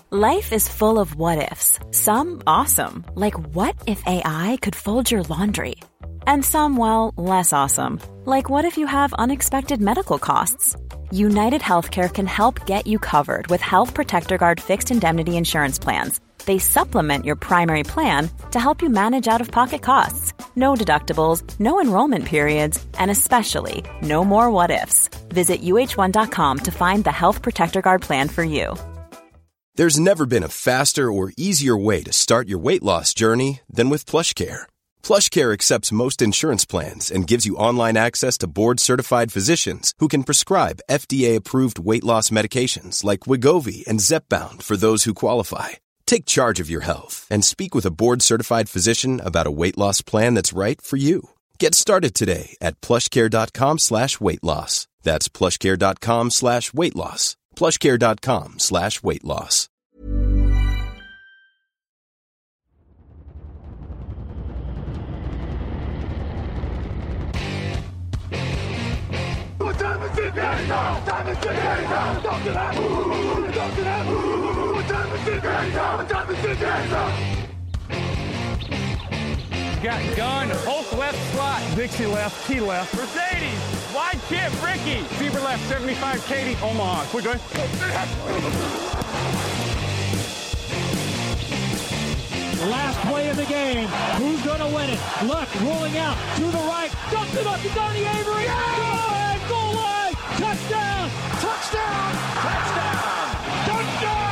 Life is full of what-ifs. Some awesome, like what if AI could fold your laundry? And some, well, less awesome, like what if you have unexpected medical costs? United Healthcare can help get you covered with Health Protector Guard fixed indemnity insurance plans. They supplement your primary plan to help you manage out-of-pocket costs. No deductibles, no enrollment periods, and especially no more what-ifs. Visit uh1.com to find the Health Protector Guard plan for you. There's never been a faster or easier way to start your weight loss journey than with PlushCare. PlushCare accepts most insurance plans and gives you online access to board-certified physicians who can prescribe FDA-approved weight loss medications like Wegovy and Zepbound for those who qualify. Take charge of your health and speak with a board-certified physician about a weight loss plan that's right for you. Get started today at plushcare.com/weight loss. That's plushcare.com/weight loss. plushcare.com/weight loss. What time is it now? Time is it now? Talk to that. Talk to that. What time is it now? What time is it now? Got gun, Hulk left slot, Dixie left, T left, Mercedes, wide chip, Ricky, Fever left, 75, Katie, Omaha. Quick, go ahead. Last play of the game. Who's going to win it? Luck rolling out to the right. Dumps it up to Donnie Avery. Yeah! Go ahead, goal line. Touchdown. Touchdown. Touchdown. Touchdown.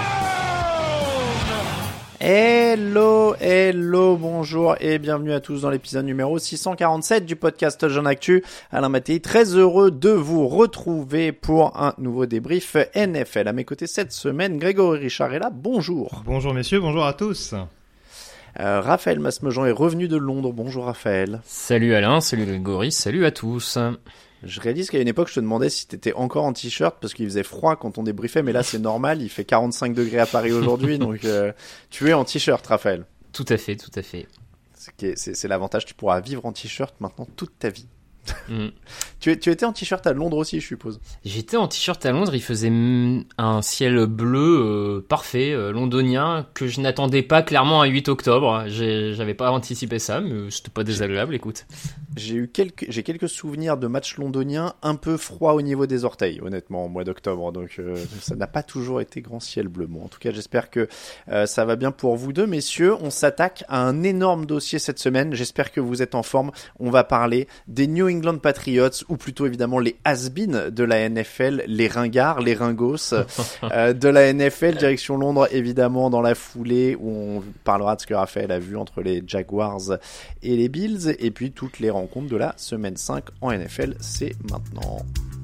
Hello, bonjour et bienvenue à tous dans l'épisode numéro 647 du podcast Jeune Actu. Alain Mattei, très heureux de vous retrouver pour un nouveau débrief NFL. À mes côtés cette semaine, Grégory Richard est là, bonjour. Bonjour messieurs, bonjour à tous. Raphaël Masmejean est revenu de Londres, bonjour Raphaël. Salut Alain, salut Grégory, salut à tous. Je réalise qu'à une époque, je te demandais si t'étais encore en t-shirt parce qu'il faisait froid quand on débriefait, mais là c'est normal, il fait 45 degrés à Paris aujourd'hui, donc tu es en t-shirt, Raphaël. Tout à fait. C'est l'avantage, tu pourras vivre en t-shirt maintenant toute ta vie. Tu étais en t-shirt à Londres aussi, je suppose. J'étais en t-shirt à Londres, il faisait un ciel bleu parfait, londonien, que je n'attendais pas clairement à 8 octobre. J'avais pas anticipé ça, mais c'était pas désagréable, écoute. J'ai quelques souvenirs de matchs londoniens un peu froids au niveau des orteils, honnêtement, au mois d'octobre. Donc ça n'a pas toujours été grand ciel bleu. Bon, en tout cas, j'espère que ça va bien pour vous deux, messieurs. On s'attaque à un énorme dossier cette semaine. J'espère que vous êtes en forme. On va parler des New England Patriots, ou plutôt évidemment les has-been de la NFL, les ringards, les ringos de la NFL, direction Londres évidemment dans la foulée où on parlera de ce que Raphaël a vu entre les Jaguars et les Bills, et puis toutes les rencontres de la semaine 5 en NFL, c'est maintenant.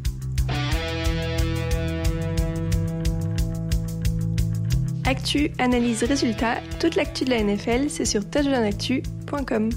Actu, analyse, résultat, toute l'actu de la NFL, c'est sur touchdownactu.com.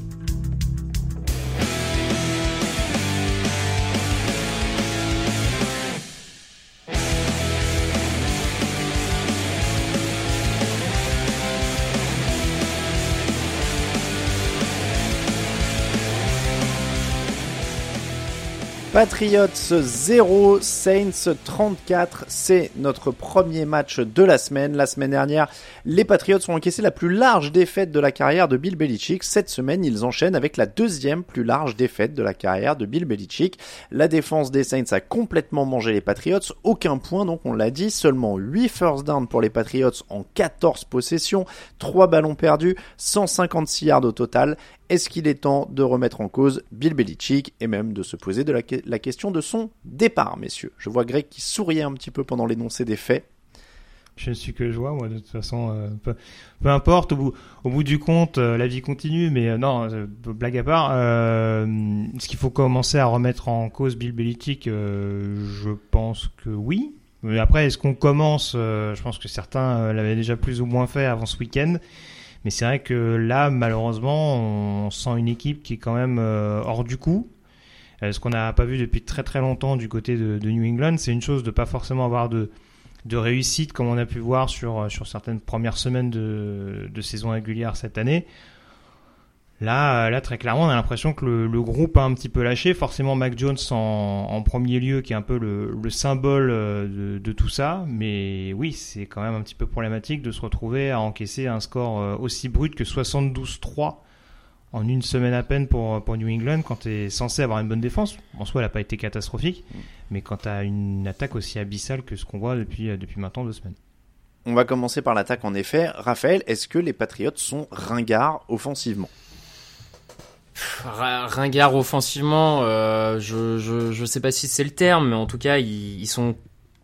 Patriots 0, Saints 34, c'est notre premier match de la semaine. La semaine dernière, les Patriots ont encaissé la plus large défaite de la carrière de Bill Belichick. Cette semaine, ils enchaînent avec la deuxième plus large défaite de la carrière de Bill Belichick. La défense des Saints a complètement mangé les Patriots. Aucun point, donc on l'a dit, seulement 8 first down pour les Patriots en 14 possessions, 3 ballons perdus, 156 yards au total. Est-ce qu'il est temps de remettre en cause Bill Belichick et même de se poser de la question de son départ, messieurs? Je vois Greg qui souriait un petit peu pendant l'énoncé des faits. Je ne suis que joie, moi, de toute façon. Peu importe, au bout du compte, la vie continue, mais non, blague à part, est-ce qu'il faut commencer à remettre en cause Bill Belichick? Je pense que oui. Mais après, est-ce qu'on commence je pense que certains l'avaient déjà plus ou moins fait avant ce week-end. Mais c'est vrai que là, malheureusement, on sent une équipe qui est quand même hors du coup. Ce qu'on n'a pas vu depuis très très longtemps du côté de New England, c'est une chose de pas forcément avoir de réussite comme on a pu voir sur certaines premières semaines de saison régulière cette année. Là, très clairement, on a l'impression que le groupe a un petit peu lâché. Forcément, Mac Jones en premier lieu, qui est un peu le symbole de tout ça. Mais oui, c'est quand même un petit peu problématique de se retrouver à encaisser un score aussi brut que 72-3 en une semaine à peine pour New England, quand tu es censé avoir une bonne défense. En soi, elle n'a pas été catastrophique, mais quand tu as une attaque aussi abyssale que ce qu'on voit depuis maintenant 2 semaines. On va commencer par l'attaque, en effet. Raphaël, est-ce que les Patriots sont ringards offensivement ? Ringard offensivement, je sais pas si c'est le terme, mais en tout cas ils sont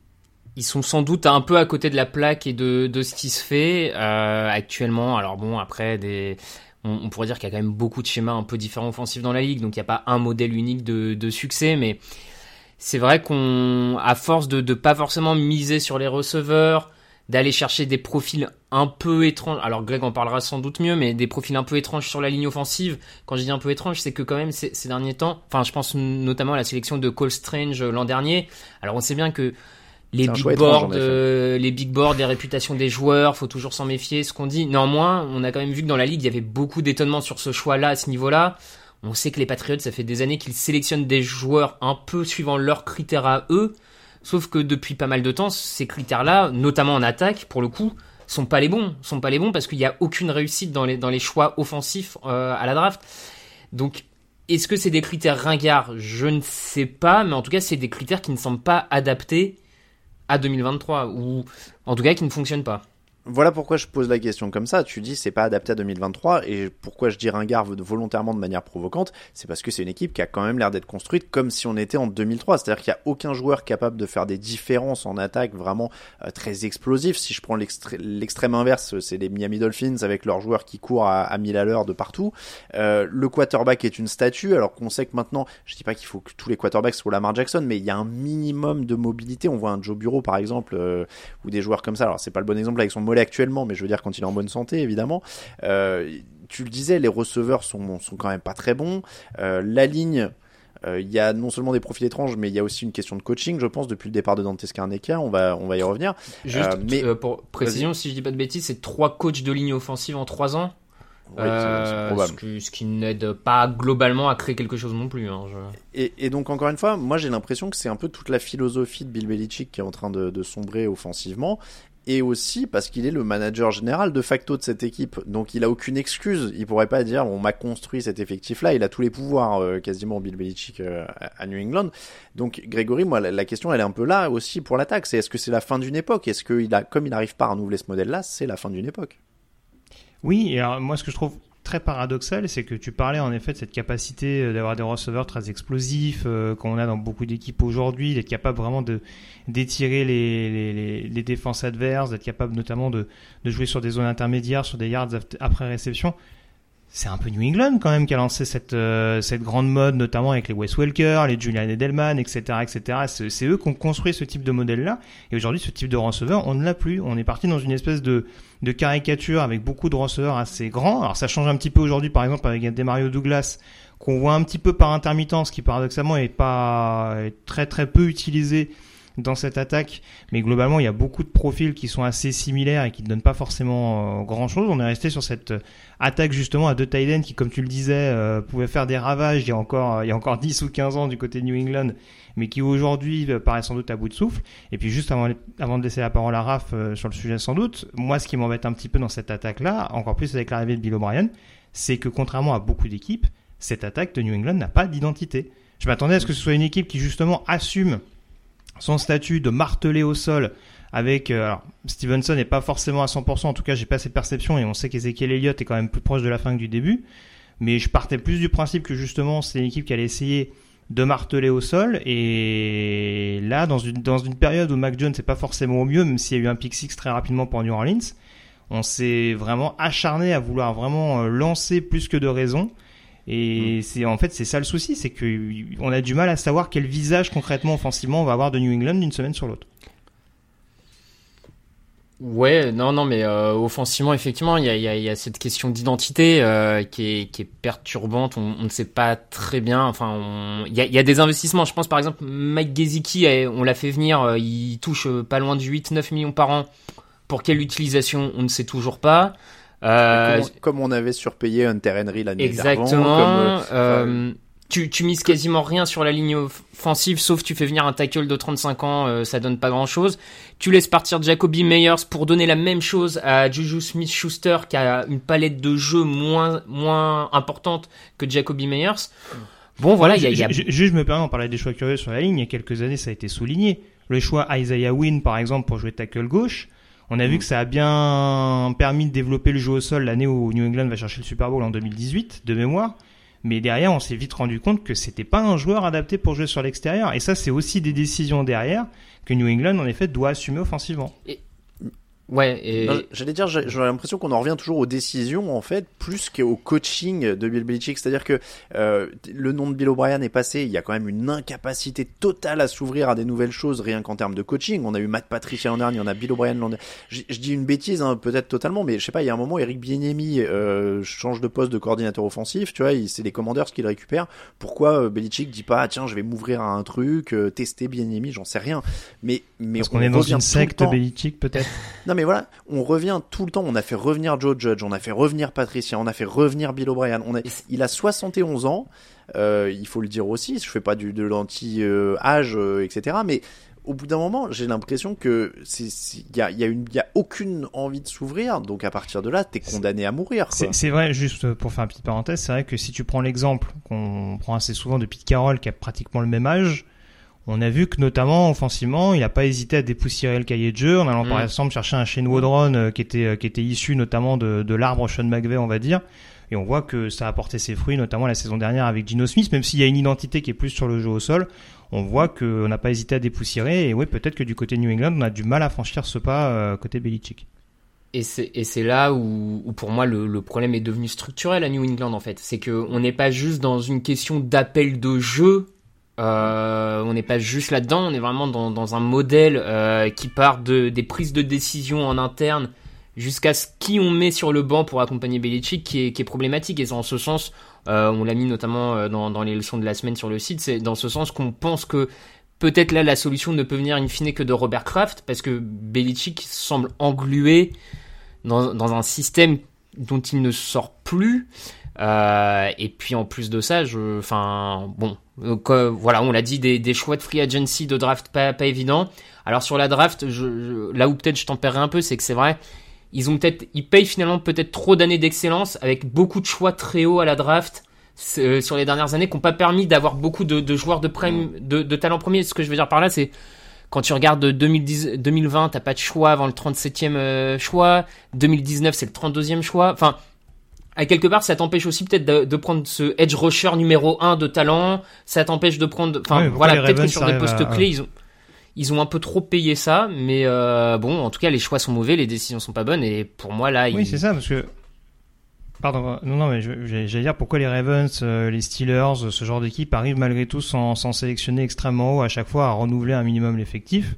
sans doute un peu à côté de la plaque et de ce qui se fait actuellement. Alors bon, après on pourrait dire qu'il y a quand même beaucoup de schémas un peu différents offensifs dans la ligue, donc il n'y a pas un modèle unique de succès, mais c'est vrai à force de pas forcément miser sur les receveurs, d'aller chercher des profils un peu étranges. Alors Greg en parlera sans doute mieux, mais des profils un peu étranges sur la ligne offensive. Quand je dis un peu étrange, c'est que quand même ces derniers temps, enfin je pense notamment à la sélection de Cole Strange l'an dernier. Alors on sait bien que les big boards, les réputations des joueurs, faut toujours s'en méfier, ce qu'on dit. Néanmoins, on a quand même vu que dans la ligue, il y avait beaucoup d'étonnements sur ce choix-là, à ce niveau-là. On sait que les Patriots, ça fait des années qu'ils sélectionnent des joueurs un peu suivant leurs critères à eux. Sauf que depuis pas mal de temps, ces critères-là, notamment en attaque, pour le coup, sont pas les bons parce qu'il y a aucune réussite dans les choix offensifs à la draft. Donc, est-ce que c'est des critères ringards ? Je ne sais pas, mais en tout cas, c'est des critères qui ne semblent pas adaptés à 2023, ou en tout cas qui ne fonctionnent pas. Voilà pourquoi je pose la question comme ça. Tu dis c'est pas adapté à 2023, et pourquoi je dis ringard volontairement de manière provocante, c'est parce que c'est une équipe qui a quand même l'air d'être construite comme si on était en 2003. C'est-à-dire qu'il n'y a aucun joueur capable de faire des différences en attaque vraiment très explosifs. Si je prends l'extrême inverse, c'est les Miami Dolphins avec leurs joueurs qui courent à 1000 à l'heure de partout. Le quarterback est une statue, alors qu'on sait que maintenant, je dis pas qu'il faut que tous les quarterbacks soient Lamar Jackson, mais il y a un minimum de mobilité. On voit un Joe Burrow par exemple, ou des joueurs comme ça. Alors c'est pas le bon exemple avec son mollet actuellement, mais je veux dire quand il est en bonne santé évidemment. Tu le disais, les receveurs sont quand même pas très bons. La ligne, il y a non seulement des profils étranges, mais il y a aussi une question de coaching, je pense, depuis le départ de Dante Scarnecchia. On va y revenir. Juste pour précision, si je dis pas de bêtises, c'est 3 coachs de ligne offensive en 3 ans. Oui, c'est probable. Ce qui n'aide pas globalement à créer quelque chose non plus. Et donc encore une fois, moi j'ai l'impression que c'est un peu toute la philosophie de Bill Belichick qui est en train de sombrer offensivement. Et aussi parce qu'il est le manager général de facto de cette équipe, donc il a aucune excuse. Il pourrait pas dire on m'a construit cet effectif-là. Il a tous les pouvoirs quasiment Bill Belichick à New England. Donc Grégory, moi la question elle est un peu là aussi pour l'attaque. C'est est-ce que c'est la fin d'une époque ? Est-ce que comme il n'arrive pas à renouveler ce modèle-là, c'est la fin d'une époque ? Oui, et alors moi ce que je trouve très paradoxal, c'est que tu parlais en effet de cette capacité d'avoir des receveurs très explosifs qu'on a dans beaucoup d'équipes aujourd'hui, d'être capable vraiment d'étirer les défenses adverses, d'être capable notamment de jouer sur des zones intermédiaires, sur des yards après réception. C'est un peu New England quand même qui a lancé cette grande mode, notamment avec les Wes Welker, les Julian Edelman, etc., etc. C'est eux qui ont construit ce type de modèle-là. Et aujourd'hui, ce type de receveur, on ne l'a plus. On est parti dans une espèce de caricature avec beaucoup de receveurs assez grands. Alors ça change un petit peu aujourd'hui, par exemple, avec Demario Douglas, qu'on voit un petit peu par intermittence, qui paradoxalement est très très peu utilisé dans cette attaque, mais globalement il y a beaucoup de profils qui sont assez similaires et qui ne donnent pas forcément grand chose. On est resté sur cette attaque justement à 2 tight ends qui, comme tu le disais, pouvaient faire des ravages il y a encore 10 ou 15 ans du côté de New England, mais qui aujourd'hui paraît sans doute à bout de souffle. Et puis juste avant de laisser la parole à Raph sur le sujet sans doute, moi ce qui m'embête un petit peu dans cette attaque là, encore plus avec l'arrivée de Bill O'Brien, c'est que contrairement à beaucoup d'équipes, cette attaque de New England n'a pas d'identité. Je m'attendais à ce que ce soit une équipe qui justement assume son statut de martelé au sol avec alors Stevenson n'est pas forcément à 100%, en tout cas j'ai pas cette perception, et on sait qu'Ezekiel Elliott est quand même plus proche de la fin que du début, mais je partais plus du principe que justement c'est une équipe qui allait essayer de marteler au sol. Et là dans une période où Mac Jones n'est pas forcément au mieux, même s'il y a eu un pick six très rapidement pour New Orleans, on s'est vraiment acharné à vouloir vraiment lancer plus que de raison. Et c'est ça le souci, c'est qu'on a du mal à savoir quel visage concrètement offensivement on va avoir de New England d'une semaine sur l'autre. Ouais, non, mais offensivement, effectivement, il y a cette question d'identité qui est perturbante. On ne sait pas très bien. Enfin, il y a des investissements. Je pense par exemple Mike Gesicki, on l'a fait venir. Il touche pas loin de 8-9 millions par an. Pour quelle utilisation, on ne sait toujours pas. Comme on avait surpayé Hunter Henry l'année d'avant. Exactement. Tu mises quasiment rien sur la ligne offensive, sauf tu fais venir un tackle de 35 ans, ça donne pas grand-chose. Tu laisses partir Jacoby Meyers pour donner la même chose à Juju Smith-Schuster, qui a une palette de jeu moins importante que Jacoby Meyers. Bon, voilà, il y a... Je me permets, on parlait des choix curieux sur la ligne. Il y a quelques années, ça a été souligné. Le choix Isaiah Wynn, par exemple, pour jouer tackle gauche. On a vu que ça a bien permis de développer le jeu au sol l'année où New England va chercher le Super Bowl en 2018, de mémoire. Mais derrière, on s'est vite rendu compte que c'était pas un joueur adapté pour jouer sur l'extérieur. Et ça, c'est aussi des décisions derrière que New England, en effet, doit assumer offensivement. Non, j'allais dire, j'ai l'impression qu'on en revient toujours aux décisions, en fait, plus qu'au coaching de Bill Belichick. C'est-à-dire que le nom de Bill O'Brien est passé, il y a quand même une incapacité totale à s'ouvrir à des nouvelles choses, rien qu'en termes de coaching. On a eu Matt Patricia l'an dernier, on a Bill O'Brien l'an dernier. Je dis une bêtise, hein, peut-être totalement, mais je sais pas, il y a un moment, Eric Bieniemy change de poste de coordinateur offensif, tu vois, c'est les Commanders qui le récupèrent. Pourquoi Belichick dit pas, tiens, je vais m'ouvrir à un truc, tester Bieniemy, j'en sais rien. Mais parce qu'on est dans une secte Belichick, peut-être. Non, mais voilà, on revient tout le temps. On a fait revenir Joe Judge, on a fait revenir Patricia, on a fait revenir Bill O'Brien. Il a 71 ans, il faut le dire aussi. Je fais pas de l'anti-âge, etc. Mais au bout d'un moment, j'ai l'impression que il y a aucune envie de s'ouvrir. Donc à partir de là, t'es condamné à mourir, quoi. C'est vrai, juste pour faire une petite parenthèse, c'est vrai que si tu prends l'exemple qu'on prend assez souvent de Pete Carroll, qui a pratiquement le même âge. On a vu que notamment offensivement, il n'a pas hésité à dépoussiérer le cahier de jeu en allant par exemple chercher un Shane Waldron qui était issu notamment de l'arbre Sean McVay, on va dire. Et on voit que ça a porté ses fruits, notamment la saison dernière avec Geno Smith, même s'il y a une identité qui est plus sur le jeu au sol. On voit qu'on n'a pas hésité à dépoussiérer. Et oui, peut-être que du côté New England, on a du mal à franchir ce pas côté Belichick. Et c'est là où pour moi le problème est devenu structurel à New England, en fait. C'est qu'on n'est pas juste dans une question d'appel de jeu. On n'est pas juste là-dedans, on est vraiment dans un modèle qui part des prises de décision en interne jusqu'à ce qui on met sur le banc pour accompagner Belichick qui est problématique. Et c'est en ce sens, on l'a mis notamment dans les leçons de la semaine sur le site, c'est dans ce sens qu'on pense que peut-être là la solution ne peut venir in fine que de Robert Kraft, parce que Belichick semble englué dans un système dont il ne sort plus. Et puis en plus de ça, voilà, on l'a dit, des choix de free agency, de draft pas évident. Alors sur la draft, là où peut-être je tempérerai un peu, c'est que c'est vrai, ils payent finalement peut-être trop d'années d'excellence avec beaucoup de choix très hauts à la draft sur les dernières années qui n'ont pas permis d'avoir beaucoup de joueurs de prime, de talent premier. Ce que je veux dire par là, c'est quand tu regardes 2020, t'as pas de choix avant le 37e choix. 2019, c'est le 32e choix. Enfin, à quelque part, ça t'empêche aussi peut-être de prendre ce edge rusher numéro 1 de talent. Ça t'empêche de prendre... Enfin, voilà, peut-être que sur des postes clés, ils ont un peu trop payé ça. Mais bon, en tout cas, les choix sont mauvais, les décisions sont pas bonnes. Et pour moi, là... Oui, c'est ça, parce que... Pardon, non, mais j'allais dire pourquoi les Ravens, les Steelers, ce genre d'équipe arrivent malgré tout sans sélectionner extrêmement haut à chaque fois à renouveler un minimum l'effectif.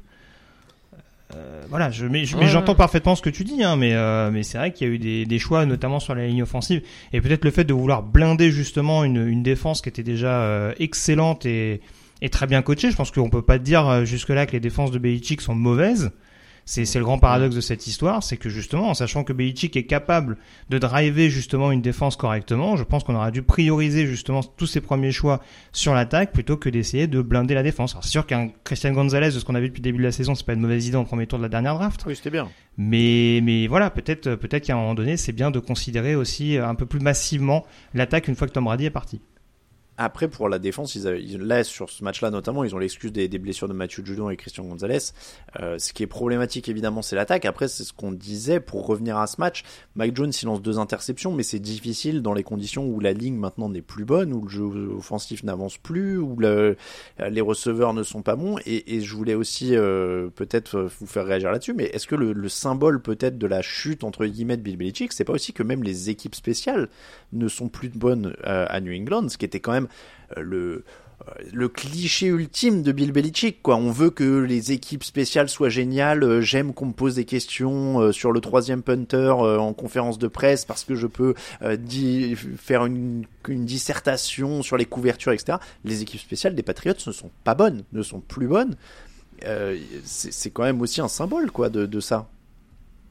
Voilà, mais j'entends parfaitement ce que tu dis, hein, mais c'est vrai qu'il y a eu des choix, notamment sur la ligne offensive, et peut-être le fait de vouloir blinder justement une défense qui était déjà excellente et très bien coachée. Je pense qu'on peut pas dire jusque-là que les défenses de Belichick sont mauvaises. C'est le grand paradoxe de cette histoire, c'est que justement, en sachant que Belichick est capable de driver justement une défense correctement, je pense qu'on aurait dû prioriser justement tous ses premiers choix sur l'attaque plutôt que d'essayer de blinder la défense. Alors c'est sûr qu'un Christian Gonzalez, de ce qu'on a vu depuis le début de la saison, c'est pas une mauvaise idée en premier tour de la dernière draft. Oui, c'était bien. Mais voilà, peut-être qu'à un moment donné, c'est bien de considérer aussi un peu plus massivement l'attaque une fois que Tom Brady est parti. Après, pour la défense, là, sur ce match-là notamment, ils ont l'excuse des blessures de Matthew Judon et Christian Gonzalez. Ce qui est problématique, évidemment, c'est l'attaque. Après, c'est ce qu'on disait, pour revenir à ce match, Mike Jones, il lance 2 interceptions, mais c'est difficile dans les conditions où la ligne maintenant n'est plus bonne, où le jeu offensif n'avance plus, où les receveurs ne sont pas bons. Et je voulais aussi peut-être vous faire réagir là-dessus, mais est-ce que le symbole peut-être de la chute entre guillemets de Bill Belichick, c'est pas aussi que même les équipes spéciales ne sont plus bonnes à New England, ce qui était quand même le cliché ultime de Bill Belichick, quoi. On veut que les équipes spéciales soient géniales. J'aime qu'on me pose des questions sur le 3e punter en conférence de presse parce que je peux faire une dissertation sur les couvertures, etc. Les équipes spéciales des Patriots ne sont pas bonnes, ne sont plus bonnes. C'est quand même aussi un symbole, quoi, de ça.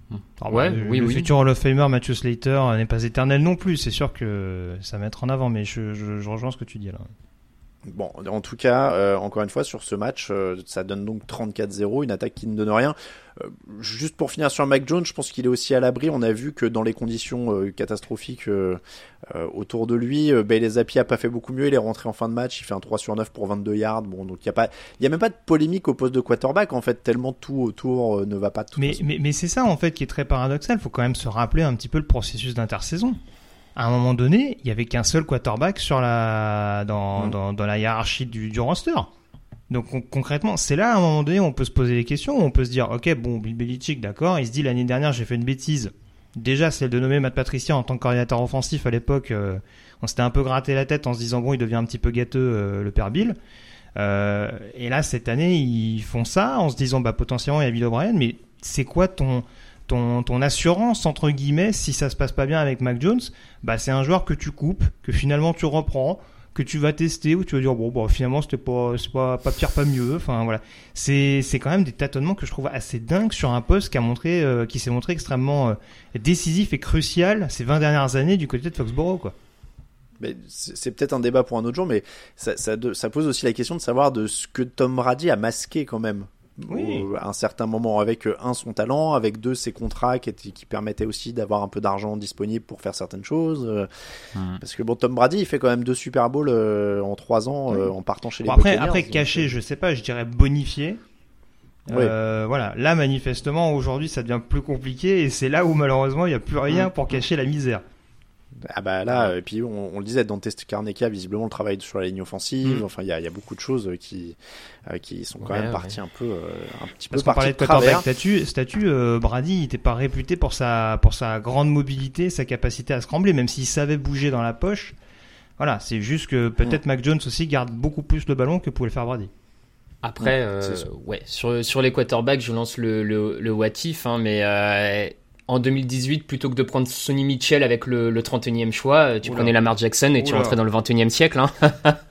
Le futur Hall of Famer Matthew Slater n'est pas éternel non plus. C'est sûr que ça va mettre en avant, mais je rejoins ce que tu dis là. Bon, en tout cas, encore une fois, sur ce match, ça donne donc 34-0, une attaque qui ne donne rien. Juste pour finir sur Mac Jones, je pense qu'il est aussi à l'abri. On a vu que dans les conditions catastrophiques autour de lui, Bailey Zappi a pas fait beaucoup mieux. Il est rentré en fin de match, il fait un 3/9 pour 22 yards. Bon, donc il y a même pas de polémique au poste de quarterback en fait, tellement tout autour ne va pas. Mais c'est ça en fait qui est très paradoxal. Il faut quand même se rappeler un petit peu le processus d'intersaison. À un moment donné, il y avait qu'un seul quarterback dans la hiérarchie du roster. Donc concrètement, c'est là à un moment donné où on peut se poser des questions, où on peut se dire ok, bon, Bill Belichick, d'accord, il se dit l'année dernière j'ai fait une bêtise. Déjà celle de nommer Matt Patricia en tant que coordinateur offensif à l'époque, on s'était un peu gratté la tête en se disant bon, il devient un petit peu gâteux le père Bill. Et là cette année ils font ça en se disant bah potentiellement il y a Bill O'Brien, mais c'est quoi ton assurance entre guillemets si ça se passe pas bien avec Mac Jones? Bah c'est un joueur que tu coupes, que finalement tu reprends, que tu vas tester, où tu vas dire bon bah finalement c'est pas pire pas mieux. Enfin voilà, c'est quand même des tâtonnements que je trouve assez dingues sur un poste qui s'est montré extrêmement décisif et crucial ces 20 dernières années du côté de Foxborough quoi. Mais c'est peut-être un débat pour un autre jour, mais ça pose aussi la question de savoir de ce que Tom Brady a masqué quand même. Oui. À un certain moment, avec son talent, avec ses contrats qui permettaient aussi d'avoir un peu d'argent disponible pour faire certaines choses. Parce que bon, Tom Brady, il fait quand même 2 Super Bowls en 3 ans en partant chez les Buccaneers. Après caché, je sais pas, je dirais bonifié. Oui. Voilà, là manifestement aujourd'hui ça devient plus compliqué et c'est là où malheureusement il n'y a plus rien pour cacher la misère. Ah bah là, et puis on le disait dans Test Karneka, visiblement le travail sur la ligne offensive, enfin il y a beaucoup de choses qui sont quand même parties un petit peu parce qu'on parlait de quarterback statut, Brady il n'était pas réputé pour sa grande mobilité, sa capacité à scrambler, même s'il savait bouger dans la poche. Voilà, c'est juste que peut-être Mac Jones aussi garde beaucoup plus le ballon que pouvait le faire Brady. Après, sur les quarterbacks, je lance le what if, hein, mais en 2018, plutôt que de prendre Sonny Mitchell avec le 31e choix, tu prenais Lamar Jackson et tu rentrais dans le 21e siècle. Hein.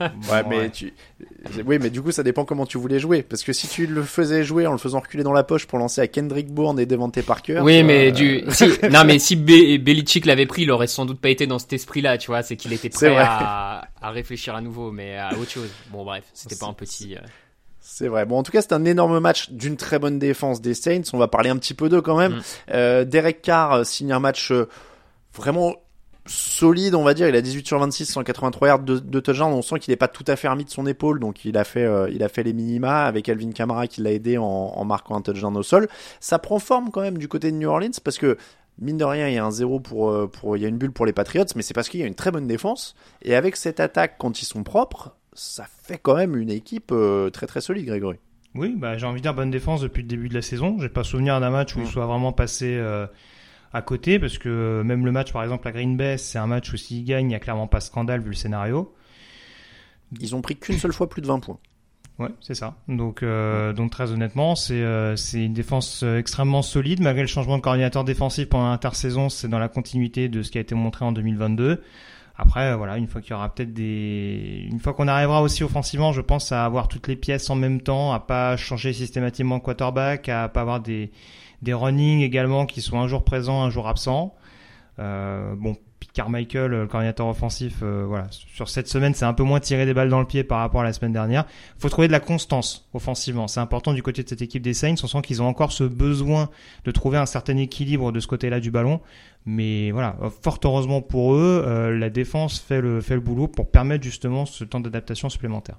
Oui, mais du coup, ça dépend comment tu voulais jouer. Parce que si tu le faisais jouer en le faisant reculer dans la poche pour lancer à Kendrick Bourne et Devante Parker... Oui, mais si Belichick l'avait pris, il aurait sans doute pas été dans cet esprit-là, tu vois. C'est qu'il était prêt à réfléchir à nouveau, mais à autre chose. Bon, bref, c'était pas un petit... C'est vrai. Bon, en tout cas, c'est un énorme match d'une très bonne défense des Saints. On va parler un petit peu d'eux quand même. Derek Carr signe un match vraiment solide, on va dire. Il a 18 sur 26, 183 yards, 2 touchdowns. On sent qu'il n'est pas tout à fait remis de son épaule, donc il a fait les minima avec Alvin Kamara qui l'a aidé en marquant un touchdown au sol. Ça prend forme quand même du côté de New Orleans parce que mine de rien, il y a un 0 il y a une bulle pour les Patriots, mais c'est parce qu'il y a une très bonne défense. Et avec cette attaque, quand ils sont propres, ça fait quand même une équipe très très solide, Grégory. Oui, bah j'ai envie de dire bonne défense depuis le début de la saison. J'ai pas souvenir d'un match où il soit vraiment passé à côté, parce que même le match par exemple à Green Bay, c'est un match où s'ils gagnent, il n'y a clairement pas scandale vu le scénario. Ils ont pris qu'une seule fois plus de 20 points. Ouais, c'est ça. Donc très honnêtement, c'est une défense extrêmement solide malgré le changement de coordinateur défensif pendant l'intersaison. C'est dans la continuité de ce qui a été montré en 2022. Après, voilà, une fois qu'on arrivera aussi offensivement, je pense à avoir toutes les pièces en même temps, à pas changer systématiquement de quarterback, à pas avoir des runnings également qui sont un jour présents, un jour absents. Carmichael, le coordinateur offensif, voilà, sur cette semaine, c'est un peu moins tiré des balles dans le pied par rapport à la semaine dernière. Il faut trouver de la constance offensivement. C'est important du côté de cette équipe des Saints. On sent qu'ils ont encore ce besoin de trouver un certain équilibre de ce côté-là du ballon. Mais voilà, fort heureusement pour eux, la défense fait le boulot pour permettre justement ce temps d'adaptation supplémentaire.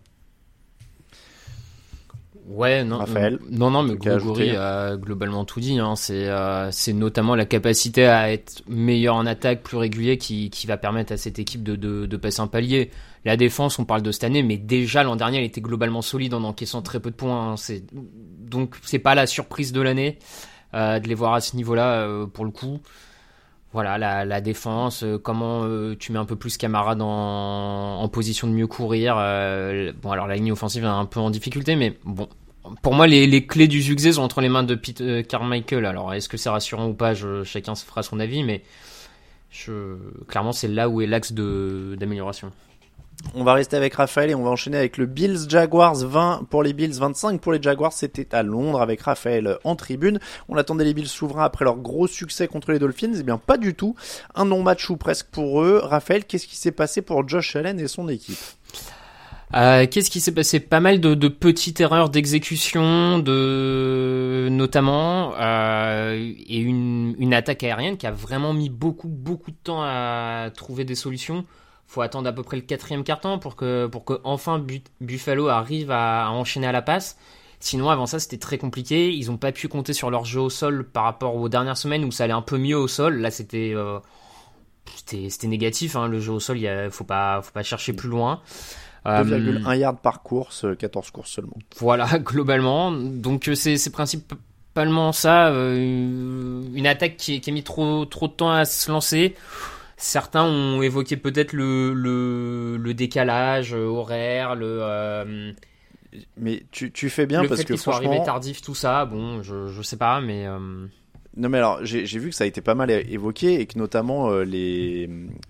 Ouais, Raphaël, mais Grégory a globalement tout dit. Hein. C'est notamment la capacité à être meilleur en attaque, plus régulier, qui va permettre à cette équipe de passer un palier. La défense, on parle de cette année, mais déjà l'an dernier, elle était globalement solide en encaissant très peu de points. Hein. Donc c'est pas la surprise de l'année de les voir à ce niveau-là pour le coup. Voilà, la défense, comment tu mets un peu plus Kamara en position de mieux courir. Bon, alors la ligne offensive est un peu en difficulté, mais bon, pour moi, les clés du succès sont entre les mains de Pete Carmichael. Alors, est-ce que c'est rassurant ou pas, chacun se fera son avis, mais clairement, c'est là où est l'axe d'amélioration. On va rester avec Raphaël et on va enchaîner avec le Bills Jaguars. 20 pour les Bills, 25 pour les Jaguars. C'était à Londres avec Raphaël en tribune. On attendait les Bills souverains après leur gros succès contre les Dolphins. Eh bien, pas du tout. Un non-match ou presque pour eux. Raphaël, qu'est-ce qui s'est passé pour Josh Allen et son équipe ? Qu'est-ce qui s'est passé ? Pas mal de petites erreurs d'exécution, notamment, et une attaque aérienne qui a vraiment mis beaucoup de temps à trouver des solutions. Faut attendre à peu près le 4e quart-temps pour que enfin Buffalo arrive à enchaîner à la passe. Sinon, avant ça, c'était très compliqué. Ils ont pas pu compter sur leur jeu au sol par rapport aux dernières semaines où ça allait un peu mieux au sol. Là, c'était négatif, hein, le jeu au sol. Faut pas chercher plus loin. 2,1 yards par course, 14 courses seulement. Voilà, globalement. Donc c'est principalement ça, une attaque qui a mis trop de temps à se lancer. Certains ont évoqué peut-être le décalage horaire, mais tu fais bien parce que franchement, franchement, arrivé tardif, tout ça. Bon, je sais pas, mais non mais alors j'ai vu que ça a été pas mal évoqué et que notamment les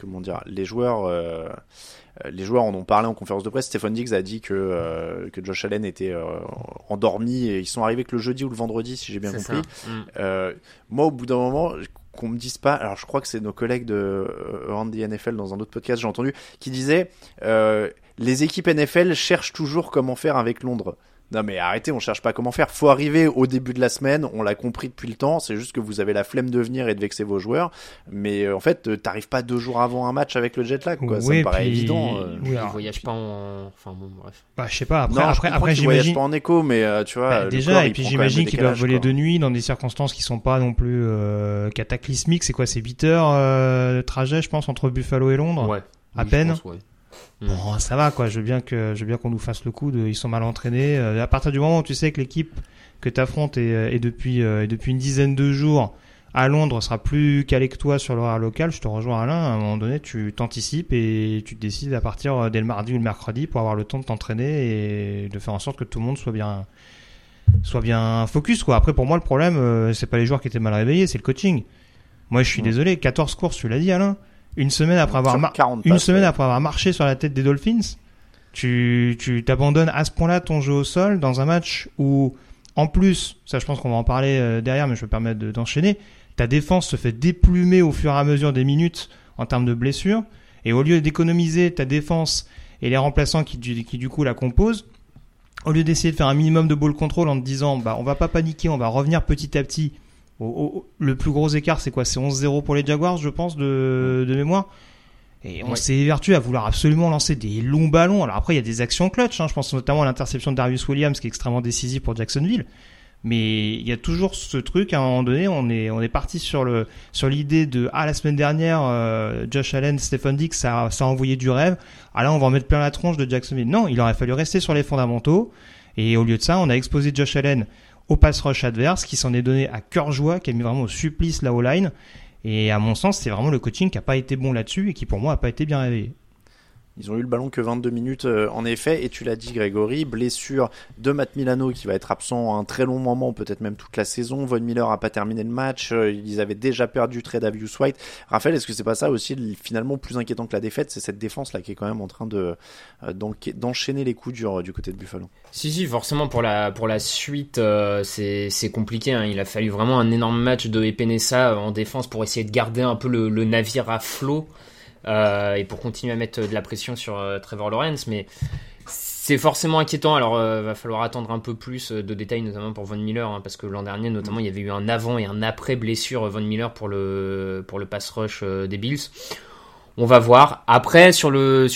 joueurs en ont parlé en conférence de presse. Stephen Diggs a dit que Josh Allen était endormi et ils sont arrivés que le jeudi ou le vendredi si j'ai bien compris. Moi au bout d'un moment qu'on me dise pas, alors je crois que c'est nos collègues de Around the NFL dans un autre podcast j'ai entendu qui disaient les équipes NFL cherchent toujours comment faire avec Londres. Non mais arrêtez, on cherche pas comment faire. Faut arriver au début de la semaine, on l'a compris depuis le temps, c'est juste que vous avez la flemme de venir et de vexer vos joueurs. Mais en fait, t'arrives pas 2 jours avant un match avec le jet lag, quoi. Ça me paraît évident. Oui, ils voyagent pas enfin bon, bref. Bah, je sais pas, après j'imagine. Voyagent pas en écho, mais tu vois. Déjà, et puis j'imagine qu'ils doivent voler de nuit dans des circonstances qui sont pas non plus cataclysmiques. C'est quoi, c'est 8 heures de trajet, je pense, entre Buffalo et Londres? Ouais. À peine. Pense, ouais. Bon, ça va quoi, je veux bien qu'on nous fasse le coup ils sont mal entraînés. À partir du moment où tu sais que l'équipe que t'affrontes est depuis une dizaine de jours à Londres sera plus calée que toi sur l'horaire local, je te rejoins Alain, à un moment donné tu t'anticipes et tu te décides à partir dès le mardi ou le mercredi pour avoir le temps de t'entraîner et de faire en sorte que tout le monde soit bien focus quoi. Après pour moi le problème c'est pas les joueurs qui étaient mal réveillés, c'est le coaching. Moi je suis désolé, 14 courses, tu l'as dit Alain. Une semaine après avoir marché sur la tête des Dolphins, tu t'abandonnes à ce point-là ton jeu au sol dans un match où, en plus, ça je pense qu'on va en parler derrière, mais je vais me permettre d'enchaîner, ta défense se fait déplumer au fur et à mesure des minutes en termes de blessures, et au lieu d'économiser ta défense et les remplaçants qui du coup la composent, au lieu d'essayer de faire un minimum de ball control en te disant bah on va pas paniquer, on va revenir petit à petit. Le plus gros écart, c'est quoi ? C'est 11-0 pour les Jaguars, je pense, de mémoire. Et on s'est évertué à vouloir absolument lancer des longs ballons. Alors après, il y a des actions clutch. Je pense notamment à l'interception de Darius Williams, qui est extrêmement décisive pour Jacksonville. Mais il y a toujours ce truc. À un moment donné, on est parti sur l'idée de la semaine dernière, Josh Allen, Stephen Diggs, ça a envoyé du rêve. Là, on va en mettre plein la tronche de Jacksonville. Non, il aurait fallu rester sur les fondamentaux. Et au lieu de ça, on a exposé Josh Allen au pass rush adverse, qui s'en est donné à cœur joie, qui a mis vraiment au supplice la O-line. Et à mon sens, c'est vraiment le coaching qui n'a pas été bon là-dessus et qui, pour moi, n'a pas été bien réveillé. Ils ont eu le ballon que 22 minutes en effet, et tu l'as dit Grégory, blessure de Matt Milano qui va être absent un très long moment, peut-être même toute la saison. Von Miller a pas terminé le match, ils avaient déjà perdu Tre'Davious White. Raphaël, est-ce que c'est pas ça aussi finalement plus inquiétant que la défaite, c'est cette défense là qui est quand même en train d'enchaîner les coups durs du côté de Buffalo? Si, forcément pour la suite c'est compliqué, hein. Il a fallu vraiment un énorme match de Epenesa en défense pour essayer de garder un peu le navire à flot. Et pour continuer à mettre de la pression sur Trevor Lawrence, mais c'est forcément inquiétant. Alors va falloir attendre un peu plus de détails, notamment pour Von Miller, hein, parce que l'an dernier notamment il y avait eu un avant et un après blessure Von Miller pour le pass rush des Bills. On va voir. Après sur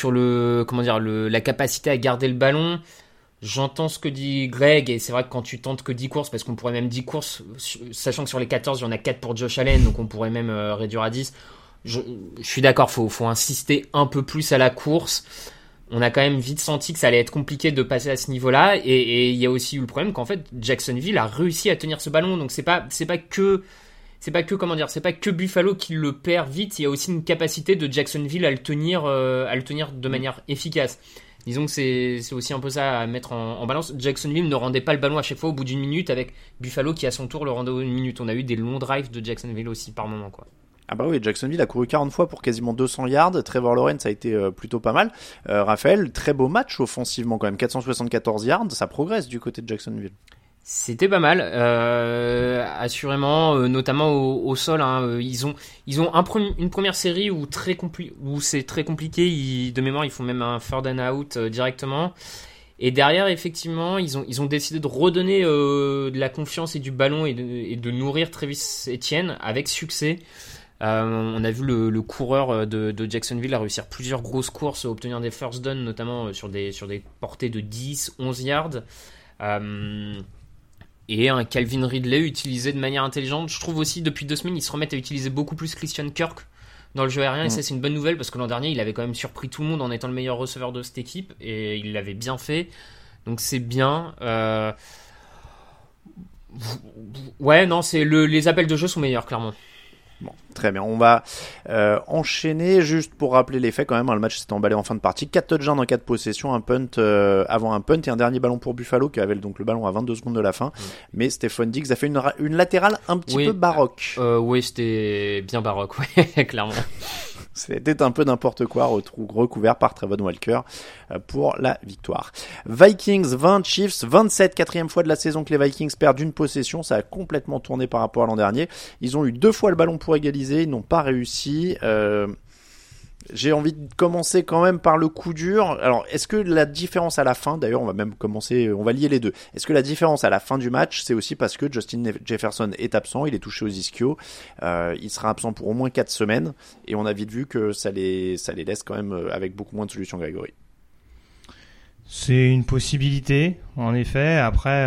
la capacité à garder le ballon, j'entends ce que dit Greg, et c'est vrai que quand tu tentes que 10 courses, parce qu'on pourrait même 10 courses, sachant que sur les 14 il y en a 4 pour Josh Allen, donc on pourrait même réduire à 10. Je suis d'accord, faut insister un peu plus à la course. On a quand même vite senti que ça allait être compliqué de passer à ce niveau-là, et il y a aussi eu le problème qu'en fait Jacksonville a réussi à tenir ce ballon, donc c'est pas que Buffalo qui le perd vite, il y a aussi une capacité de Jacksonville à le tenir de manière efficace. Disons que c'est aussi un peu ça à mettre en balance. Jacksonville ne rendait pas le ballon à chaque fois au bout d'une minute, avec Buffalo qui à son tour le rendait au bout d'une minute. On a eu des longs drives de Jacksonville aussi par moment, quoi. Ah bah oui, Jacksonville a couru 40 fois pour quasiment 200 yards. Trevor Lawrence a été plutôt pas mal. Raphaël, très beau match offensivement quand même, 474 yards, ça progresse du côté de Jacksonville. C'était pas mal, assurément, notamment au sol. Hein, ils ont une première série où c'est très compliqué. De mémoire, ils font même un third and out directement. Et derrière, effectivement, ils ont décidé de redonner de la confiance et du ballon et de nourrir Travis Etienne avec succès. On a vu le coureur de Jacksonville réussir plusieurs grosses courses, obtenir des first downs, notamment sur des portées de 10, 11 yards. Et un Calvin Ridley utilisé de manière intelligente. Je trouve aussi, depuis 2 semaines, ils se remettent à utiliser beaucoup plus Christian Kirk dans le jeu aérien. Et ça, c'est une bonne nouvelle parce que l'an dernier, il avait quand même surpris tout le monde en étant le meilleur receveur de cette équipe. Et il l'avait bien fait. Donc c'est bien. Ouais, non, les appels de jeu sont meilleurs, clairement. Bon, très bien. On va enchaîner juste pour rappeler les faits quand même. Le match s'est emballé en fin de partie. 4 touchdowns en 4 possessions, un punt avant un punt et un dernier ballon pour Buffalo qui avait donc le ballon à 22 secondes de la fin. Mais Stephon Diggs a fait une latérale un petit peu baroque. Oui, c'était bien baroque, ouais, clairement. C'était un peu n'importe quoi, recouvert par Trevon Walker pour la victoire. Vikings 20, Chiefs 27, 4e fois de la saison que les Vikings perdent une possession. Ça a complètement tourné par rapport à l'an dernier. Ils ont eu 2 fois le ballon pour égaliser, ils n'ont pas réussi. J'ai envie de commencer quand même par le coup dur. Alors, est-ce que la différence à la fin, d'ailleurs, on va lier les deux. Est-ce que la différence à la fin du match, c'est aussi parce que Justin Jefferson est absent, il est touché aux ischios, il sera absent pour au moins 4 semaines, et on a vite vu que ça les laisse quand même avec beaucoup moins de solutions, Grégory. C'est une possibilité, en effet. Après,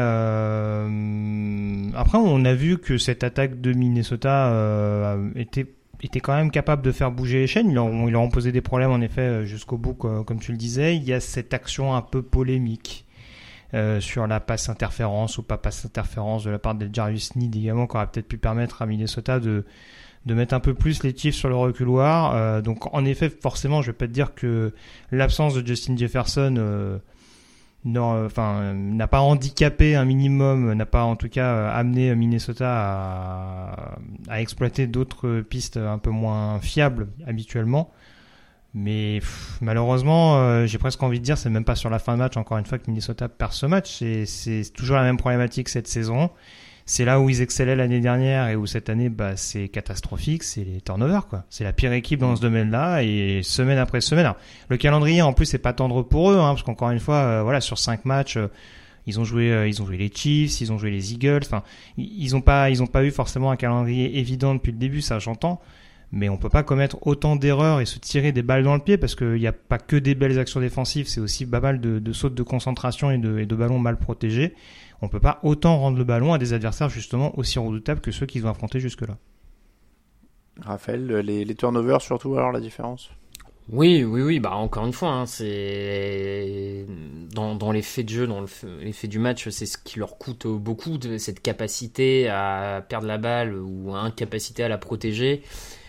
on a vu que cette attaque de Minnesota était quand même capable de faire bouger les chaînes. Ils leur ont posé des problèmes, en effet, jusqu'au bout, comme tu le disais. Il y a cette action un peu polémique sur la passe interférence ou pas passe interférence de la part de Jarvis Sneed également, qui aurait peut-être pu permettre à Minnesota de mettre un peu plus les Chiefs sur le reculoir. Donc, en effet, forcément, je vais pas te dire que l'absence de Justin Jefferson n'a pas handicapé un minimum, n'a pas en tout cas amené Minnesota à exploiter d'autres pistes un peu moins fiables habituellement. Mais malheureusement, j'ai presque envie de dire, c'est même pas sur la fin de match, encore une fois, que Minnesota perd ce match. C'est toujours la même problématique cette saison. C'est là où ils excellaient l'année dernière et où cette année, c'est catastrophique, c'est les turnovers, quoi. C'est la pire équipe dans ce domaine-là et semaine après semaine. Alors, le calendrier, en plus, c'est pas tendre pour eux, parce qu'encore une fois, sur 5 matchs, ils ont joué les Chiefs, ils ont joué les Eagles. Enfin, ils ont pas eu forcément un calendrier évident depuis le début, ça j'entends. Mais on peut pas commettre autant d'erreurs et se tirer des balles dans le pied parce qu'il n'y a pas que des belles actions défensives, c'est aussi pas mal de sautes de concentration et de ballons mal protégés. On peut pas autant rendre le ballon à des adversaires justement aussi redoutables que ceux qu'ils ont affrontés jusque-là. Raphaël, les turnovers surtout, alors la différence ? Oui, encore une fois, c'est dans les faits de jeu, dans les faits du match, c'est ce qui leur coûte beaucoup, cette capacité à perdre la balle ou incapacité à la protéger.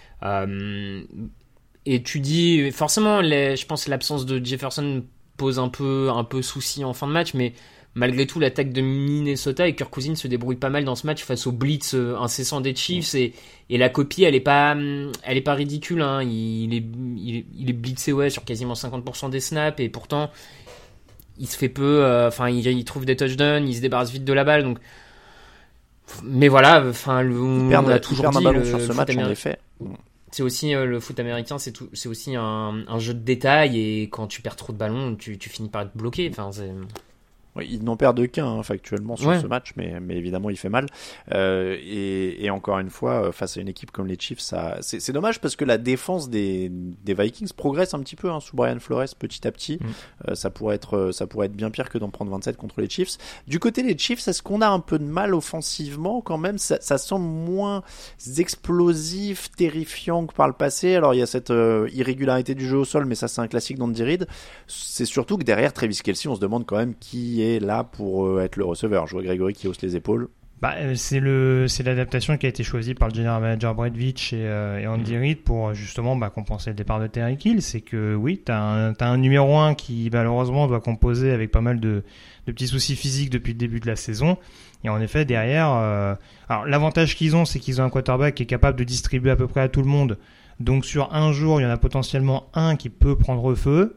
Et tu dis, forcément, je pense que l'absence de Jefferson pose un peu souci en fin de match, mais malgré tout, l'attaque de Minnesota et Kirk Cousins se débrouille pas mal dans ce match face au blitz incessant des Chiefs et la copie, elle est pas ridicule, hein. Il est blitzé sur quasiment 50% des snaps et pourtant il se fait peu, il trouve des touchdowns, il se débarrasse vite de la balle, donc. Mais voilà, on a toujours dit le sur ce match en effet. C'est aussi le foot américain, c'est aussi un jeu de détails et quand tu perds trop de ballons, tu finis par être bloqué. Oui, ils n'en perdent qu'un factuellement sur ce match, mais évidemment il fait mal. Et encore une fois, face à une équipe comme les Chiefs, c'est dommage parce que la défense des Vikings progresse un petit peu sous Brian Flores petit à petit. Ça pourrait être bien pire que d'en prendre 27 contre les Chiefs. Du côté des Chiefs, est-ce qu'on a un peu de mal offensivement quand même ? Ça semble moins explosif, terrifiant que par le passé. Alors il y a cette irrégularité du jeu au sol, mais ça c'est un classique d'Andy Reid. C'est surtout que derrière Travis Kelce, on se demande quand même qui est là pour être le receveur. Je vois Grégory qui hausse les épaules. C'est l'adaptation qui a été choisie par le general manager Brett Veach et Andy Reid pour justement compenser le départ de Tyreek Hill. C'est que oui, t'as un numéro 1 qui malheureusement doit composer avec pas mal de petits soucis physiques depuis le début de la saison. Et en effet, derrière, alors l'avantage qu'ils ont, c'est qu'ils ont un quarterback qui est capable de distribuer à peu près à tout le monde. Donc sur un jour, il y en a potentiellement un qui peut prendre feu.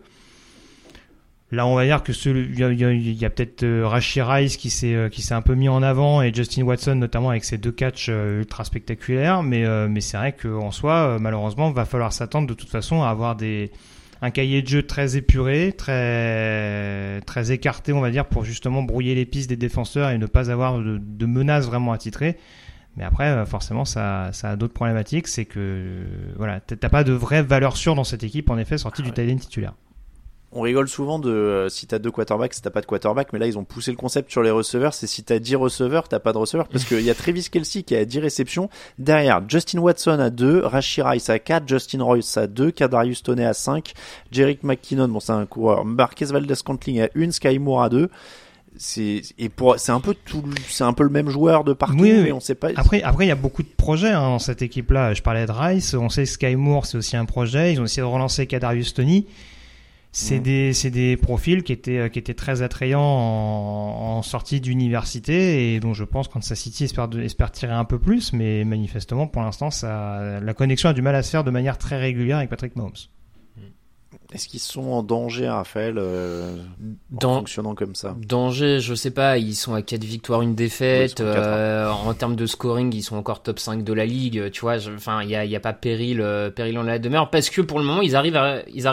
Là, on va dire que il y a peut-être Rashee Rice qui s'est un peu mis en avant et Justin Watson notamment avec ses 2 catchs ultra spectaculaires. Mais c'est vrai qu'en soi, malheureusement, va falloir s'attendre de toute façon à avoir un cahier de jeu très épuré, très très écarté, on va dire, pour justement brouiller les pistes des défenseurs et ne pas avoir de menaces vraiment attitrées. Mais après, forcément, ça a d'autres problématiques. C'est que voilà, t'as pas de vraie valeur sûre dans cette équipe, en effet, sortie du tight end titulaire. On rigole souvent de si t'as 2 quarterbacks, si t'as pas de quarterback, mais là ils ont poussé le concept sur les receveurs, c'est si t'as 10 receveurs, t'as pas de receveurs, parce qu'il y a Travis Kelce qui a 10 réceptions, derrière Justin Watson à 2, Rashee Rice à 4, Justin Royce à 2, Kadarius Toney à 5, Jerick McKinnon, bon c'est un coureur, Marquez Valdez-Scantling à 1, Sky Moore à 2. C'est un peu le même joueur de partout, oui, mais on sait pas. Après il y a beaucoup de projets dans cette équipe-là. Je parlais de Rice, on sait Sky Moore c'est aussi un projet. Ils ont essayé de relancer Kadarius Toney. C'est des profils qui étaient très attrayants en sortie d'université et dont je pense Kansas City espère tirer un peu plus, mais manifestement pour l'instant la connexion a du mal à se faire de manière très régulière avec Patrick Mahomes. Est-ce qu'ils sont en danger, Raphaël, en fonctionnant comme ça? Danger, je sais pas, ils sont à 4 victoires, 1 défaite, en termes de scoring, ils sont encore top 5 de la ligue, tu vois, il y a pas péril en la demeure, parce que pour le moment, ils arrivent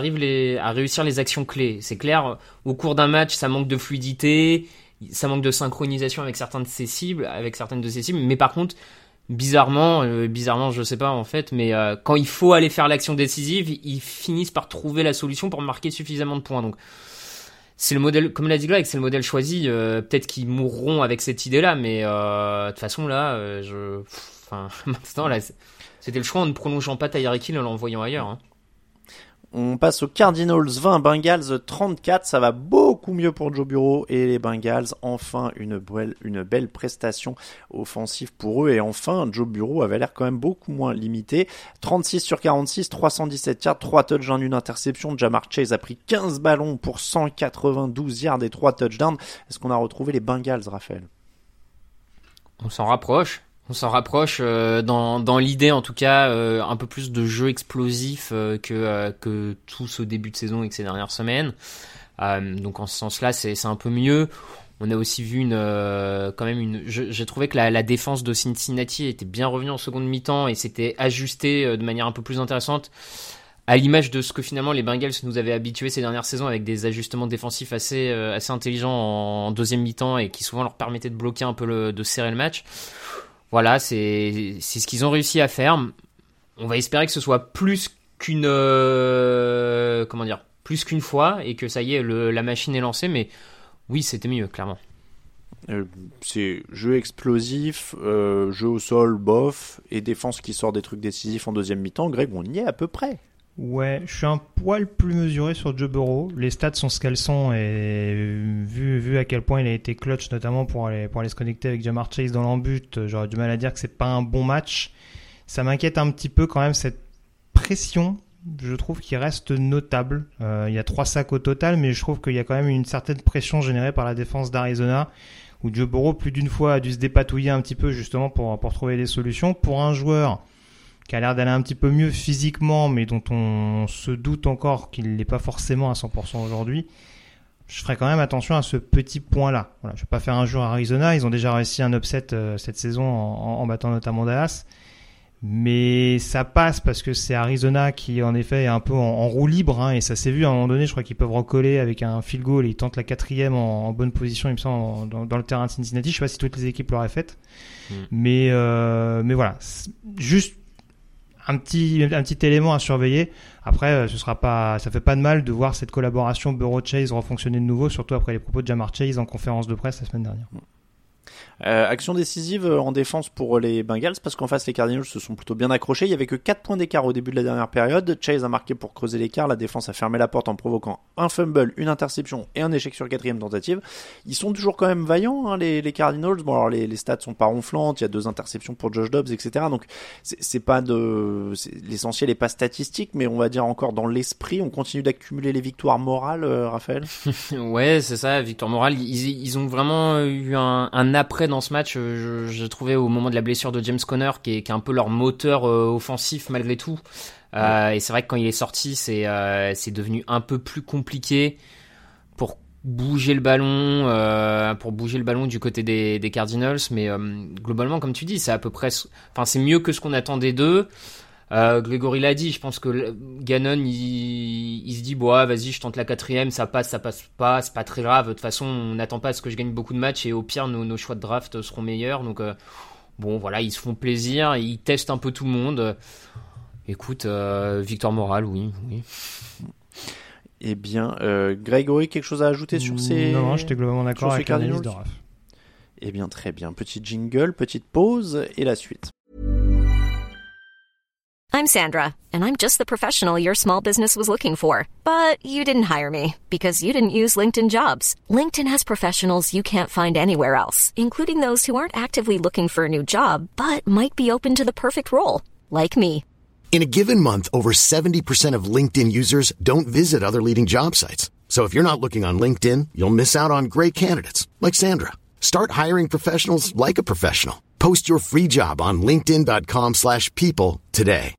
à réussir les actions clés. C'est clair, au cours d'un match, ça manque de fluidité, ça manque de synchronisation avec certaines de ces cibles, mais par contre, bizarrement, je sais pas en fait, mais quand il faut aller faire l'action décisive, ils finissent par trouver la solution pour marquer suffisamment de points. Donc c'est le modèle, comme l'a dit Greg, c'est le modèle choisi. Peut-être qu'ils mourront avec cette idée-là, mais de toute façon là, maintenant là, c'était le choix en ne prolongeant pas Tyreek Hill en l'envoyant ailleurs. Hein. On passe aux Cardinals 20, Bengals 34. Ça va beaucoup mieux pour Joe Burrow et les Bengals. Enfin, une belle prestation offensive pour eux. Et enfin, Joe Burrow avait l'air quand même beaucoup moins limité. 36 sur 46, 317 yards, 3 touchdowns, 1 interception. Ja'Marr Chase a pris 15 ballons pour 192 yards et 3 touchdowns. Est-ce qu'on a retrouvé les Bengals, Raphaël? On s'en rapproche. Dans l'idée en tout cas, un peu plus de jeu explosif que tout ce début de saison et que ces dernières semaines. Donc en ce sens-là, c'est un peu mieux. On a aussi vu j'ai trouvé que la défense de Cincinnati était bien revenue en seconde mi-temps et s'était ajustée de manière un peu plus intéressante, à l'image de ce que finalement les Bengals nous avaient habitués ces dernières saisons, avec des ajustements défensifs assez intelligents en deuxième mi-temps et qui souvent leur permettaient de bloquer un peu de serrer le match. Voilà, c'est ce qu'ils ont réussi à faire. On va espérer que ce soit plus qu'une fois et que ça y est, la machine est lancée. Mais oui, c'était mieux, clairement. C'est jeu explosif, jeu au sol, bof, et défense qui sort des trucs décisifs en deuxième mi-temps. Greg, on y est à peu près. Ouais, je suis un poil plus mesuré sur Joe Burrow. Les stats sont ce qu'elles sont et vu à quel point il a été clutch, notamment pour aller se connecter avec Ja'Marr Chase dans l'embut, j'aurais du mal à dire que c'est pas un bon match. Ça m'inquiète un petit peu quand même cette pression. Je trouve qu'il reste notable. Il y a 3 sacs au total, mais je trouve qu'il y a quand même une certaine pression générée par la défense d'Arizona, où Joe Burrow plus d'une fois a dû se dépatouiller un petit peu justement pour trouver des solutions. Pour un joueur qui a l'air d'aller un petit peu mieux physiquement, mais dont on se doute encore qu'il n'est pas forcément à 100% aujourd'hui, je ferai quand même attention à ce petit point-là. Voilà, je ne vais pas faire un jour à Arizona, ils ont déjà réussi un upset cette saison en battant notamment Dallas, mais ça passe parce que c'est Arizona qui en effet est un peu en roue libre, hein, et ça s'est vu à un moment donné. Je crois qu'ils peuvent recoller avec un field goal et ils tentent la 4e en bonne position, il me semble, dans le terrain de Cincinnati. Je ne sais pas si toutes les équipes l'auraient fait, mais voilà, juste un petit élément à surveiller. Après, ça fait pas de mal de voir cette collaboration Burrow-Chase refonctionner de nouveau, surtout après les propos de Ja'Marr Chase en conférence de presse la semaine dernière. Action décisive en défense pour les Bengals, parce qu'en face les Cardinals se sont plutôt bien accrochés. Il y avait que 4 points d'écart au début de la dernière période. Chase a marqué pour creuser l'écart. La défense a fermé la porte en provoquant un fumble, une interception et un échec sur 4e tentative. Ils sont toujours quand même vaillants, hein, les Cardinals. Bon, alors les stats sont pas ronflantes. Il y a 2 interceptions pour Josh Dobbs, etc. Donc l'essentiel est pas statistique, mais on va dire encore dans l'esprit. On continue d'accumuler les victoires morales, Raphaël. Ouais, c'est ça, victoire morale. Ils ont vraiment eu un après dans ce match, j'ai trouvé au moment de la blessure de James Conner, qui est un peu leur moteur offensif malgré tout. Et c'est vrai que quand il est sorti, c'est devenu un peu plus compliqué pour bouger le ballon du côté des Cardinals. Mais globalement, comme tu dis, c'est à peu près, enfin c'est mieux que ce qu'on attendait d'eux. Grégory l'a dit, je pense que Gannon il se dit vas-y, je tente la 4e, ça passe pas, c'est pas très grave, de toute façon on n'attend pas à ce que je gagne beaucoup de matchs et au pire nos choix de draft seront meilleurs, donc voilà, ils se font plaisir, ils testent un peu tout le monde. Écoute, victoire morale, oui. Eh bien, Grégory, quelque chose à ajouter sur ces... Non, j'étais globalement d'accord avec l'analyse de Raph. Eh bien, très bien, petit jingle, petite pause et la suite. I'm Sandra, and I'm just the professional your small business was looking for. But you didn't hire me because you didn't use LinkedIn Jobs. LinkedIn has professionals you can't find anywhere else, including those who aren't actively looking for a new job, but might be open to the perfect role, like me. In a given month, over 70% of LinkedIn users don't visit other leading job sites. So if you're not looking on LinkedIn, you'll miss out on great candidates, like Sandra. Start hiring professionals like a professional. Post your free job on linkedin.com/people today.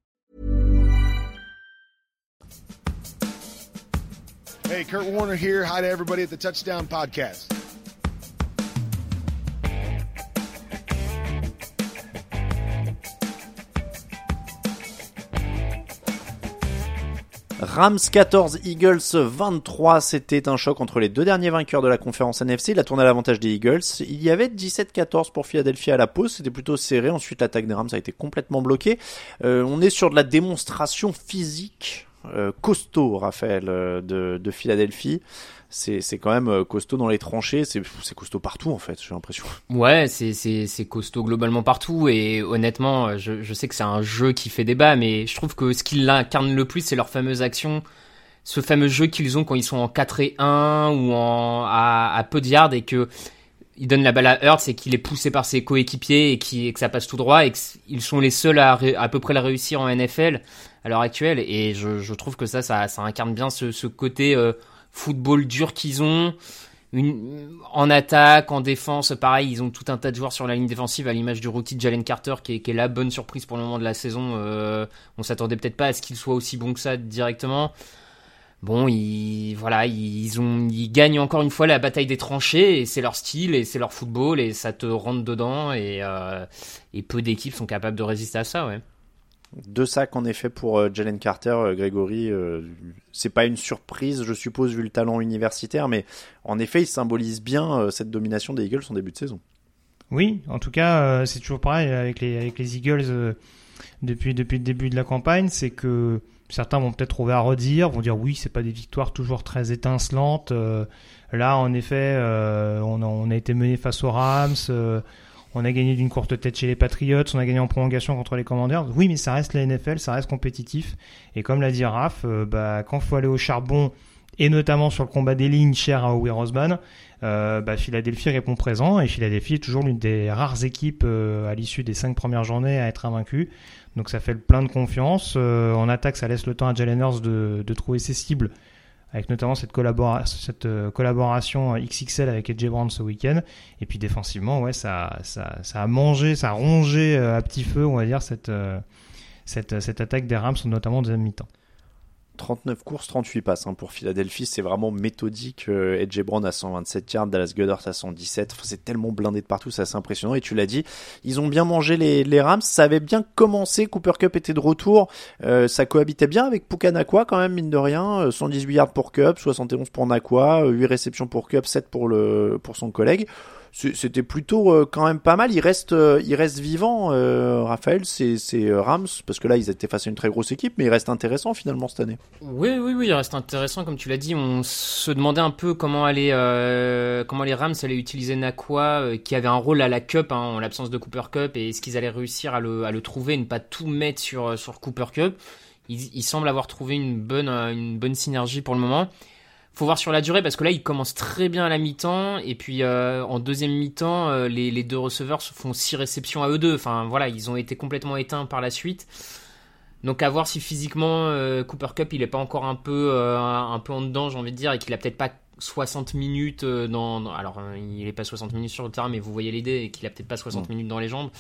Hey, Kurt Warner here. Hi to everybody at the Touchdown Podcast. Rams 14, Eagles 23, c'était un choc entre les deux derniers vainqueurs de la conférence NFC. Il a tourné à l'avantage des Eagles. Il y avait 17-14 pour Philadelphie à la pause, c'était plutôt serré. Ensuite, l'attaque des Rams a été complètement bloquée. On est sur de la démonstration physique costaud, Raphaël, de Philadelphie. C'est quand même costaud dans les tranchées, c'est costaud partout en fait, j'ai l'impression. Ouais, c'est costaud globalement partout, et honnêtement, je sais que c'est un jeu qui fait débat, mais je trouve que ce qui l'incarne le plus, c'est leur fameuse action, ce fameux jeu qu'ils ont quand ils sont en 4-1 ou à peu de yards, et que il donne la balle à Hurts et qu'il est poussé par ses coéquipiers et que ça passe tout droit, et qu'ils sont les seuls à peu près la réussir en NFL à l'heure actuelle, et je trouve que ça incarne bien ce côté football dur qu'ils ont, en attaque, en défense, pareil, ils ont tout un tas de joueurs sur la ligne défensive, à l'image du rookie de Jalen Carter qui est la bonne surprise pour le moment de la saison. On s'attendait peut-être pas à ce qu'il soit aussi bon que ça directement. Bon, ils gagnent encore une fois la bataille des tranchées, et c'est leur style et c'est leur football, et ça te rentre dedans, et peu d'équipes sont capables de résister à ça, ouais. 2 sacs en effet pour Jalen Carter, Grégory. C'est pas une surprise, je suppose, vu le talent universitaire, mais en effet, il symbolise bien cette domination des Eagles en début de saison. Oui, en tout cas, c'est toujours pareil avec les Eagles depuis le début de la campagne, c'est que certains vont peut-être trouver à redire, vont dire oui, c'est pas des victoires toujours très étincelantes. Là, en effet, on a été mené face aux Rams. On a gagné d'une courte tête chez les Patriots, on a gagné en prolongation contre les Commanders. Oui, mais ça reste la NFL, ça reste compétitif. Et comme l'a dit Raph, quand il faut aller au charbon, et notamment sur le combat des lignes cher à Howie Roseman, Philadelphie répond présent. Et Philadelphie est toujours l'une des rares équipes à l'issue des 5 premières journées à être invaincue. Donc ça fait le plein de confiance. En attaque, ça laisse le temps à Jalen Hurts de trouver ses cibles, avec notamment cette collaboration XXL avec AJ Brown ce week-end. Et puis défensivement, ouais, ça a mangé, ça a rongé à petit feu, on va dire, cette attaque des Rams, notamment en deuxième mi-temps. 39 courses, 38 passes pour Philadelphie, c'est vraiment méthodique. AJ Brown à 127 yards, Dallas Goedert à 117, c'est tellement blindé de partout, c'est assez impressionnant. Et tu l'as dit, ils ont bien mangé les Rams, ça avait bien commencé, Cooper Kupp était de retour, ça cohabitait bien avec Puka Nacua quand même, mine de rien, 118 yards pour Kupp, 71 pour Nacua, 8 réceptions pour Kupp, 7 pour son collègue. C'était plutôt quand même pas mal. Il reste vivant, Raphaël, c'est Rams, parce que là ils étaient face à une très grosse équipe, mais il reste intéressant finalement cette année. Oui, il reste intéressant, comme tu l'as dit. On se demandait un peu comment les Rams allaient utiliser Nacua, qui avait un rôle à la Cup, en l'absence de Cooper Kupp, et est-ce qu'ils allaient réussir à le trouver et ne pas tout mettre sur Cooper Kupp. Ils semblent avoir trouvé une bonne synergie pour le moment. Faut voir sur la durée, parce que là, ils commencent très bien à la mi-temps, et puis en deuxième mi-temps, les deux receveurs font 6 réceptions à eux deux. Enfin, voilà, ils ont été complètement éteints par la suite. Donc, à voir si physiquement, Cooper Kupp, il est pas encore un peu en dedans, j'ai envie de dire, et qu'il a peut-être pas 60 minutes alors il est pas 60 minutes sur le terrain, mais vous voyez l'idée, et qu'il a peut-être pas 60 minutes dans les jambes.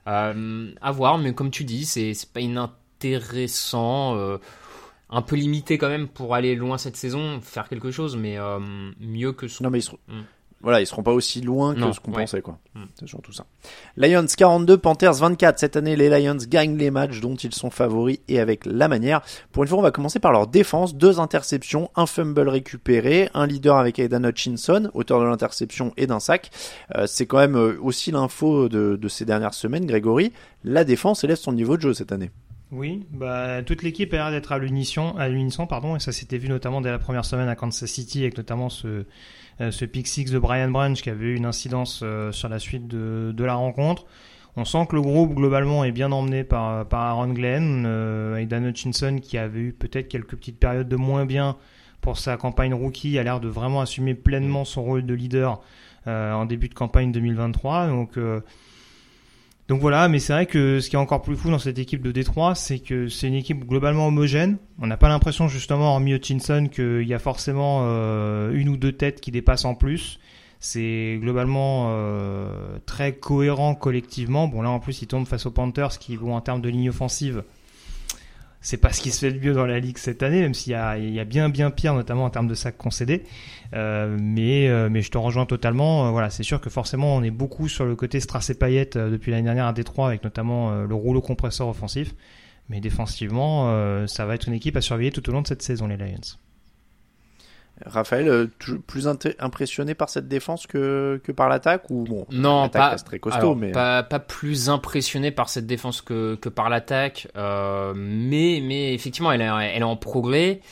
À voir, mais comme tu dis, c'est pas inintéressant, un peu limité quand même pour aller loin cette saison, faire quelque chose, mais mieux que ce. Non, mais ils seront pas aussi loin que ce qu'on pensait, quoi. C'est surtout ça. Lions 42, Panthers 24. Cette année, les Lions gagnent les matchs dont ils sont favoris et avec la manière. Pour une fois, on va commencer par leur défense. 2 interceptions, un fumble récupéré, un leader avec Aidan Hutchinson, auteur de l'interception et d'un sac. C'est quand même aussi l'info de ces dernières semaines, Grégory. La défense élève son niveau de jeu cette année. Oui, toute l'équipe a l'air d'être à l'unisson, et ça s'était vu notamment dès la première semaine à Kansas City, avec notamment ce pick six de Brian Branch qui avait eu une incidence sur la suite de la rencontre. On sent que le groupe globalement est bien emmené par Aaron Glenn, Aidan Hutchinson qui avait eu peut-être quelques petites périodes de moins bien pour sa campagne rookie, a l'air de vraiment assumer pleinement son rôle de leader en début de campagne 2023. Donc voilà, mais c'est vrai que ce qui est encore plus fou dans cette équipe de Détroit, c'est que c'est une équipe globalement homogène. On n'a pas l'impression justement, hormis Hutchinson, qu'il y a forcément une ou deux têtes qui dépassent en plus. C'est globalement très cohérent collectivement. Bon là en plus ils tombent face aux Panthers qui vont en termes de ligne offensive. C'est pas ce qui se fait de mieux dans la ligue cette année, même s'il y a bien pire, notamment en termes de sacs concédés. Mais je te rejoins totalement. Voilà, c'est sûr que forcément on est beaucoup sur le côté Strass et Payet depuis l'année dernière à Détroit, avec notamment le rouleau compresseur offensif. Mais défensivement, ça va être une équipe à surveiller tout au long de cette saison, les Lions. Raphaël, plus impressionné par cette défense que par l'attaque, ou bon, non, l'attaque reste très costaud, mais pas plus impressionné par cette défense que par l'attaque, mais effectivement elle est en progrès.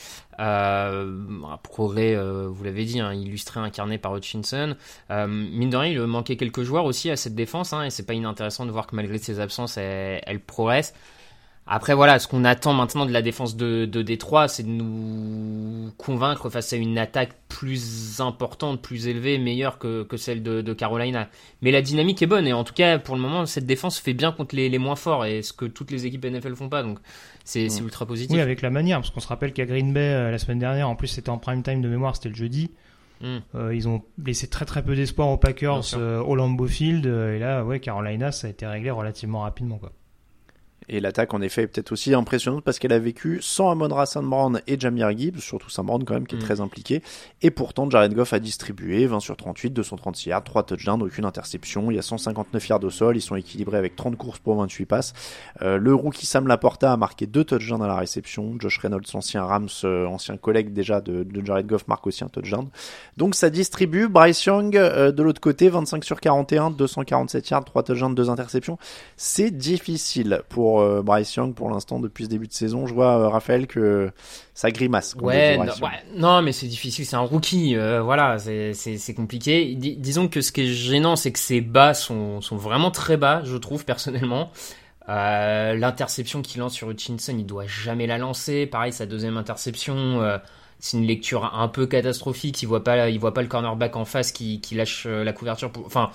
Un progrès, vous l'avez dit, illustré, incarné par Hutchinson. Mine de rien, il manquait quelques joueurs aussi à cette défense, et c'est pas inintéressant de voir que malgré ses absences, elle progresse. Après voilà, ce qu'on attend maintenant de la défense de Détroit, c'est de nous convaincre face à une attaque plus importante, plus élevée, meilleure que celle de Carolina. Mais la dynamique est bonne, et en tout cas pour le moment cette défense fait bien contre les moins forts, et ce que toutes les équipes NFL font pas, donc c'est ultra positif. Oui, avec la manière, parce qu'on se rappelle qu'à Green Bay la semaine dernière, en plus c'était en prime time de mémoire, c'était le jeudi. Ils ont laissé très très peu d'espoir aux Packers au Lambeau Field, et là Carolina ça a été réglé relativement rapidement, quoi. Et l'attaque, en effet, est peut-être aussi impressionnante parce qu'elle a vécu sans Amon-Ra St. Brown et Jahmyr Gibbs, surtout St. Brown quand même, qui est très impliqué. Et pourtant, Jared Goff a distribué 20 sur 38, 236 yards, 3 touchdowns, aucune interception. Il y a 159 yards au sol. Ils sont équilibrés avec 30 courses pour 28 passes. Le rookie Sam Laporta a marqué 2 touchdowns à la réception. Josh Reynolds, ancien Rams, ancien collègue déjà de Jared Goff, marque aussi un touchdown. Donc ça distribue. Bryce Young, de l'autre côté, 25 sur 41, 247 yards, 3 touchdowns, 2 interceptions. C'est difficile pour Bryce Young pour l'instant depuis ce début de saison. Je vois Raphaël que ça grimace. Non, mais c'est difficile, c'est un rookie, voilà, c'est compliqué. Disons que ce qui est gênant, c'est que ses bas sont vraiment très bas, je trouve personnellement. L'interception qu'il lance sur Hutchinson, il doit jamais la lancer. Pareil, sa deuxième interception, c'est une lecture un peu catastrophique. Il voit pas le cornerback en face qui lâche la couverture.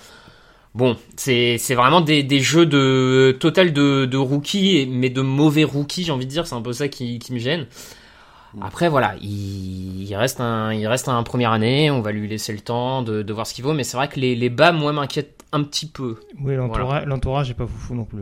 Bon, c'est vraiment des jeux de total de rookies, mais de mauvais rookies, j'ai envie de dire. C'est un peu ça qui me gêne. Après voilà, il reste un première année, on va lui laisser le temps de voir ce qu'il vaut, mais c'est vrai que les bas, moi, m'inquiètent un petit peu. Oui, l'entourage est pas foufou non plus.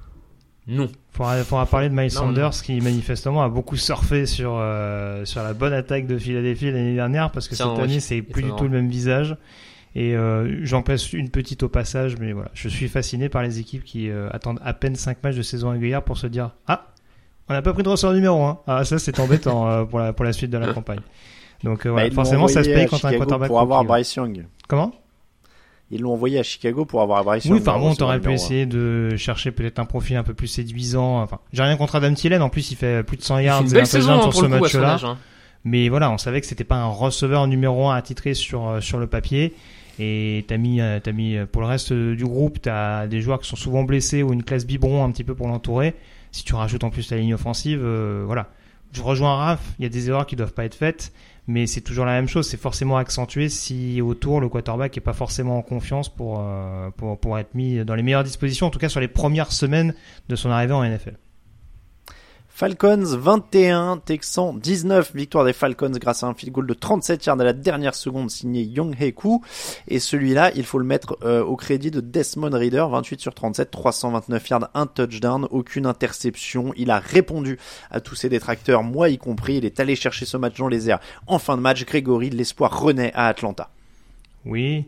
Non. Faudra parler de Miles Sanders qui manifestement a beaucoup surfé sur la bonne attaque de Philadelphie l'année dernière, parce que cette année c'est plus du tout le même visage. Et j'en passe une petite au passage, mais voilà, je suis fasciné par les équipes qui attendent à peine 5 matchs de saison régulière pour se dire on n'a pas pris de receveur numéro 1. Ça c'est embêtant pour la suite de la campagne. Donc forcément ça se paye quand un quarterback pour avoir Bryce Young. Comment? Ils l'ont envoyé à Chicago pour avoir Bryce Young. Oui, enfin bon, t'aurais pu essayer de chercher peut-être un profil un peu plus séduisant. Enfin, j'ai rien contre Adam Thielen, en plus il fait plus de 100 yards et un touchdown sur ce match-là. Mais voilà, on savait que c'était pas un receveur numéro 1 attitré sur le papier. Et t'as mis pour le reste du groupe, t'as des joueurs qui sont souvent blessés ou une classe biberon un petit peu pour l'entourer. Si tu rajoutes en plus la ligne offensive, voilà. Je rejoins Raph, il y a des erreurs qui doivent pas être faites, mais c'est toujours la même chose, c'est forcément accentué si autour le quarterback est pas forcément en confiance pour être mis dans les meilleures dispositions, en tout cas sur les premières semaines de son arrivée en NFL. Falcons 21, Texans 19, victoire des Falcons grâce à un field goal de 37 yards à la dernière seconde signé Younghoe Koo. Et celui-là, il faut le mettre au crédit de Desmond Ridder, 28 sur 37, 329 yards, un touchdown, aucune interception. Il a répondu à tous ses détracteurs, moi y compris. Il est allé chercher ce match dans les airs. En fin de match, Grégory, l'espoir renaît à Atlanta. Oui.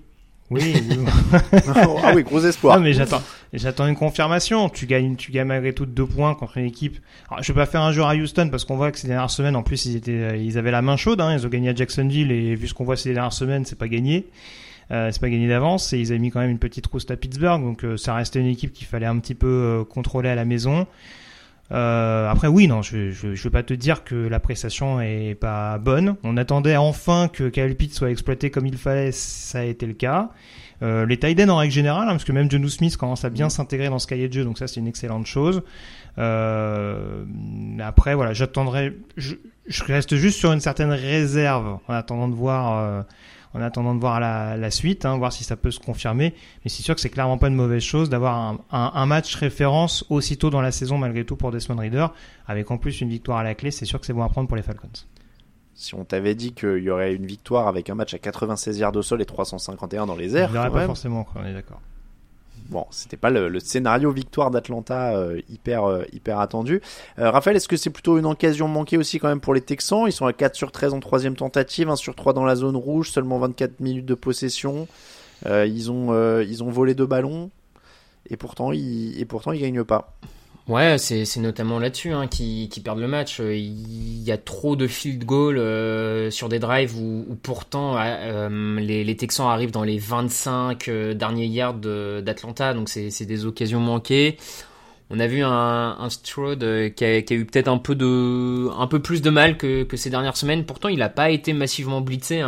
Ah oui, gros espoir. Non, mais j'attends une confirmation. Tu gagnes malgré tout 2 points contre une équipe. Alors, je vais pas faire un jour à Houston parce qu'on voit que ces dernières semaines, en plus, ils avaient la main chaude, hein. Ils ont gagné à Jacksonville et vu ce qu'on voit ces dernières semaines, c'est pas gagné. C'est pas gagné d'avance et ils avaient mis quand même une petite rouste à Pittsburgh. Donc, ça restait une équipe qu'il fallait un petit peu contrôler à la maison. Après oui, non, je vais pas te dire que la prestation est pas bonne. On attendait enfin que Kyle Pitts soit exploité comme il fallait, ça a été le cas. Les tight ends en règle générale, hein, parce que même Jonnu Smith commence à bien s'intégrer dans ce cahier de jeu, donc ça c'est une excellente chose. Après voilà, je reste juste sur une certaine réserve en attendant de voir la suite, hein, voir si ça peut se confirmer. Mais c'est sûr que c'est clairement pas une mauvaise chose d'avoir un match référence aussitôt dans la saison malgré tout pour Desmond Ridder, avec en plus une victoire à la clé. C'est sûr que c'est bon à prendre pour les Falcons. Si on t'avait dit qu'il y aurait une victoire avec un match à 96 yards au sol et 351 dans les airs, il n'y aurait pas forcément, on est d'accord. Bon, c'était pas le scénario victoire d'Atlanta hyper attendu. Raphaël, est-ce que c'est plutôt une occasion manquée aussi quand même pour les Texans? Ils sont à 4 sur 13 en troisième tentative, 1 sur 3 dans la zone rouge, seulement 24 minutes de possession. Ils ont volé 2 ballons et pourtant ils gagnent pas. Ouais, c'est notamment là-dessus qui perdent le match. Il y a trop de field goal sur des drives où pourtant les Texans arrivent dans les 25 derniers yards d'Atlanta, donc c'est des occasions manquées. On a vu un Stroud qui a eu peut-être un peu plus de mal que ces dernières semaines. Pourtant, il a pas été massivement blitzé.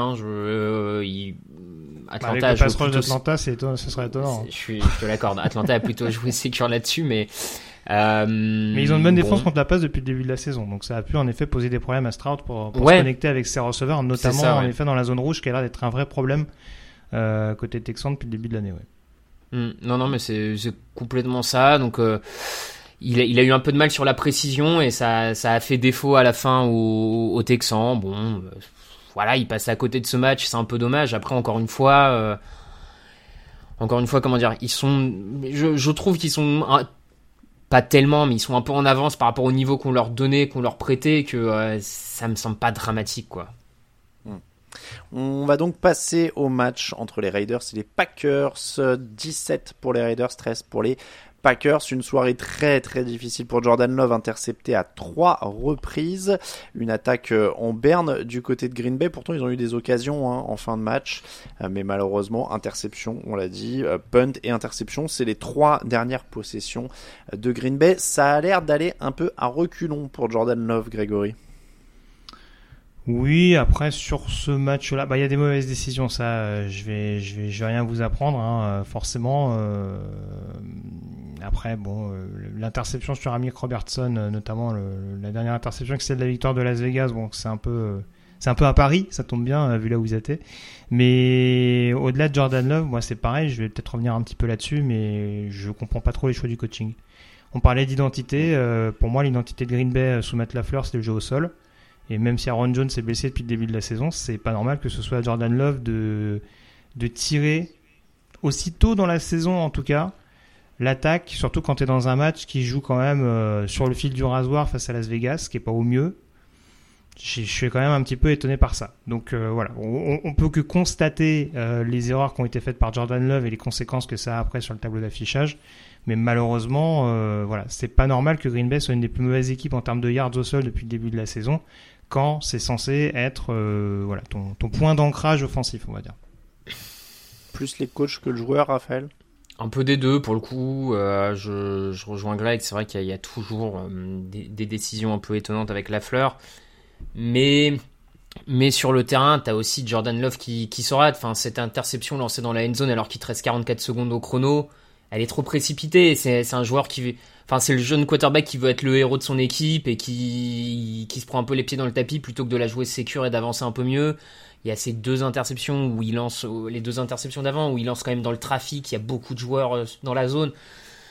Atlanta avec le pass rush d'Atlanta, ce serait étonnant. Je te l'accorde. Atlanta a plutôt joué sécure là-dessus, mais ils ont une bonne défense contre la passe depuis le début de la saison, donc ça a pu en effet poser des problèmes à Stroud pour se connecter avec ses receveurs, notamment en effet dans la zone rouge qui a l'air d'être un vrai problème côté Texan depuis le début de l'année. Non, mais c'est complètement ça. Donc il a eu un peu de mal sur la précision et ça a fait défaut à la fin aux Texans. Bon, voilà, il passe à côté de ce match, c'est un peu dommage. Après, encore une fois, comment dire, je trouve qu'ils sont pas tellement, mais ils sont un peu en avance par rapport au niveau qu'on leur donnait, qu'on leur prêtait, que ça me semble pas dramatique, quoi. On va donc passer au match entre les Raiders et les Packers. 17 pour les Raiders, 13 pour les Packers. Une soirée très très difficile pour Jordan Love, intercepté à 3 reprises. Une attaque en berne du côté de Green Bay. Pourtant ils ont eu des occasions en fin de match, mais malheureusement interception, on l'a dit, punt et interception, c'est les 3 dernières possessions de Green Bay. Ça a l'air d'aller un peu à reculons pour Jordan Love, Grégory. Oui, après sur ce match-là, il y a des mauvaises décisions, ça, je vais rien vous apprendre, forcément. Après, l'interception sur Amik Robertson, notamment la dernière interception, qui c'est de la victoire de Las Vegas, c'est un peu à Paris, ça tombe bien vu là où vous êtes. Mais au-delà de Jordan Love, moi c'est pareil, je vais peut-être revenir un petit peu là-dessus, mais je comprends pas trop les choix du coaching. On parlait d'identité, pour moi l'identité de Green Bay sous Matt LaFleur, c'est le jeu au sol. Et même si Aaron Jones est blessé depuis le début de la saison, c'est pas normal que ce soit à Jordan Love de tirer aussitôt dans la saison, en tout cas, l'attaque, surtout quand tu es dans un match qui joue quand même sur le fil du rasoir face à Las Vegas, qui est pas au mieux. Je suis quand même un petit peu étonné par ça. Donc voilà, on peut que constater les erreurs qui ont été faites par Jordan Love et les conséquences que ça a après sur le tableau d'affichage. Mais malheureusement, voilà, c'est pas normal que Green Bay soit une des plus mauvaises équipes en termes de yards au sol depuis le début de la saison, quand c'est censé être voilà, ton point d'ancrage offensif, on va dire. Plus les coachs que le joueur, Raphaël? Un peu des deux, pour le coup. Je rejoins Greg, c'est vrai qu'il y a toujours des décisions un peu étonnantes avec LaFleur. Mais sur le terrain, t'as aussi Jordan Love qui se rate. Enfin, cette interception lancée dans la end zone alors qu'il te reste 44 secondes au chrono, elle est trop précipitée. C'est un joueur c'est le jeune quarterback qui veut être le héros de son équipe et qui se prend un peu les pieds dans le tapis plutôt que de la jouer sécure et d'avancer un peu mieux. Il y a ces 2 interceptions où il lance, les 2 interceptions d'avant où il lance quand même dans le trafic. Il y a beaucoup de joueurs dans la zone.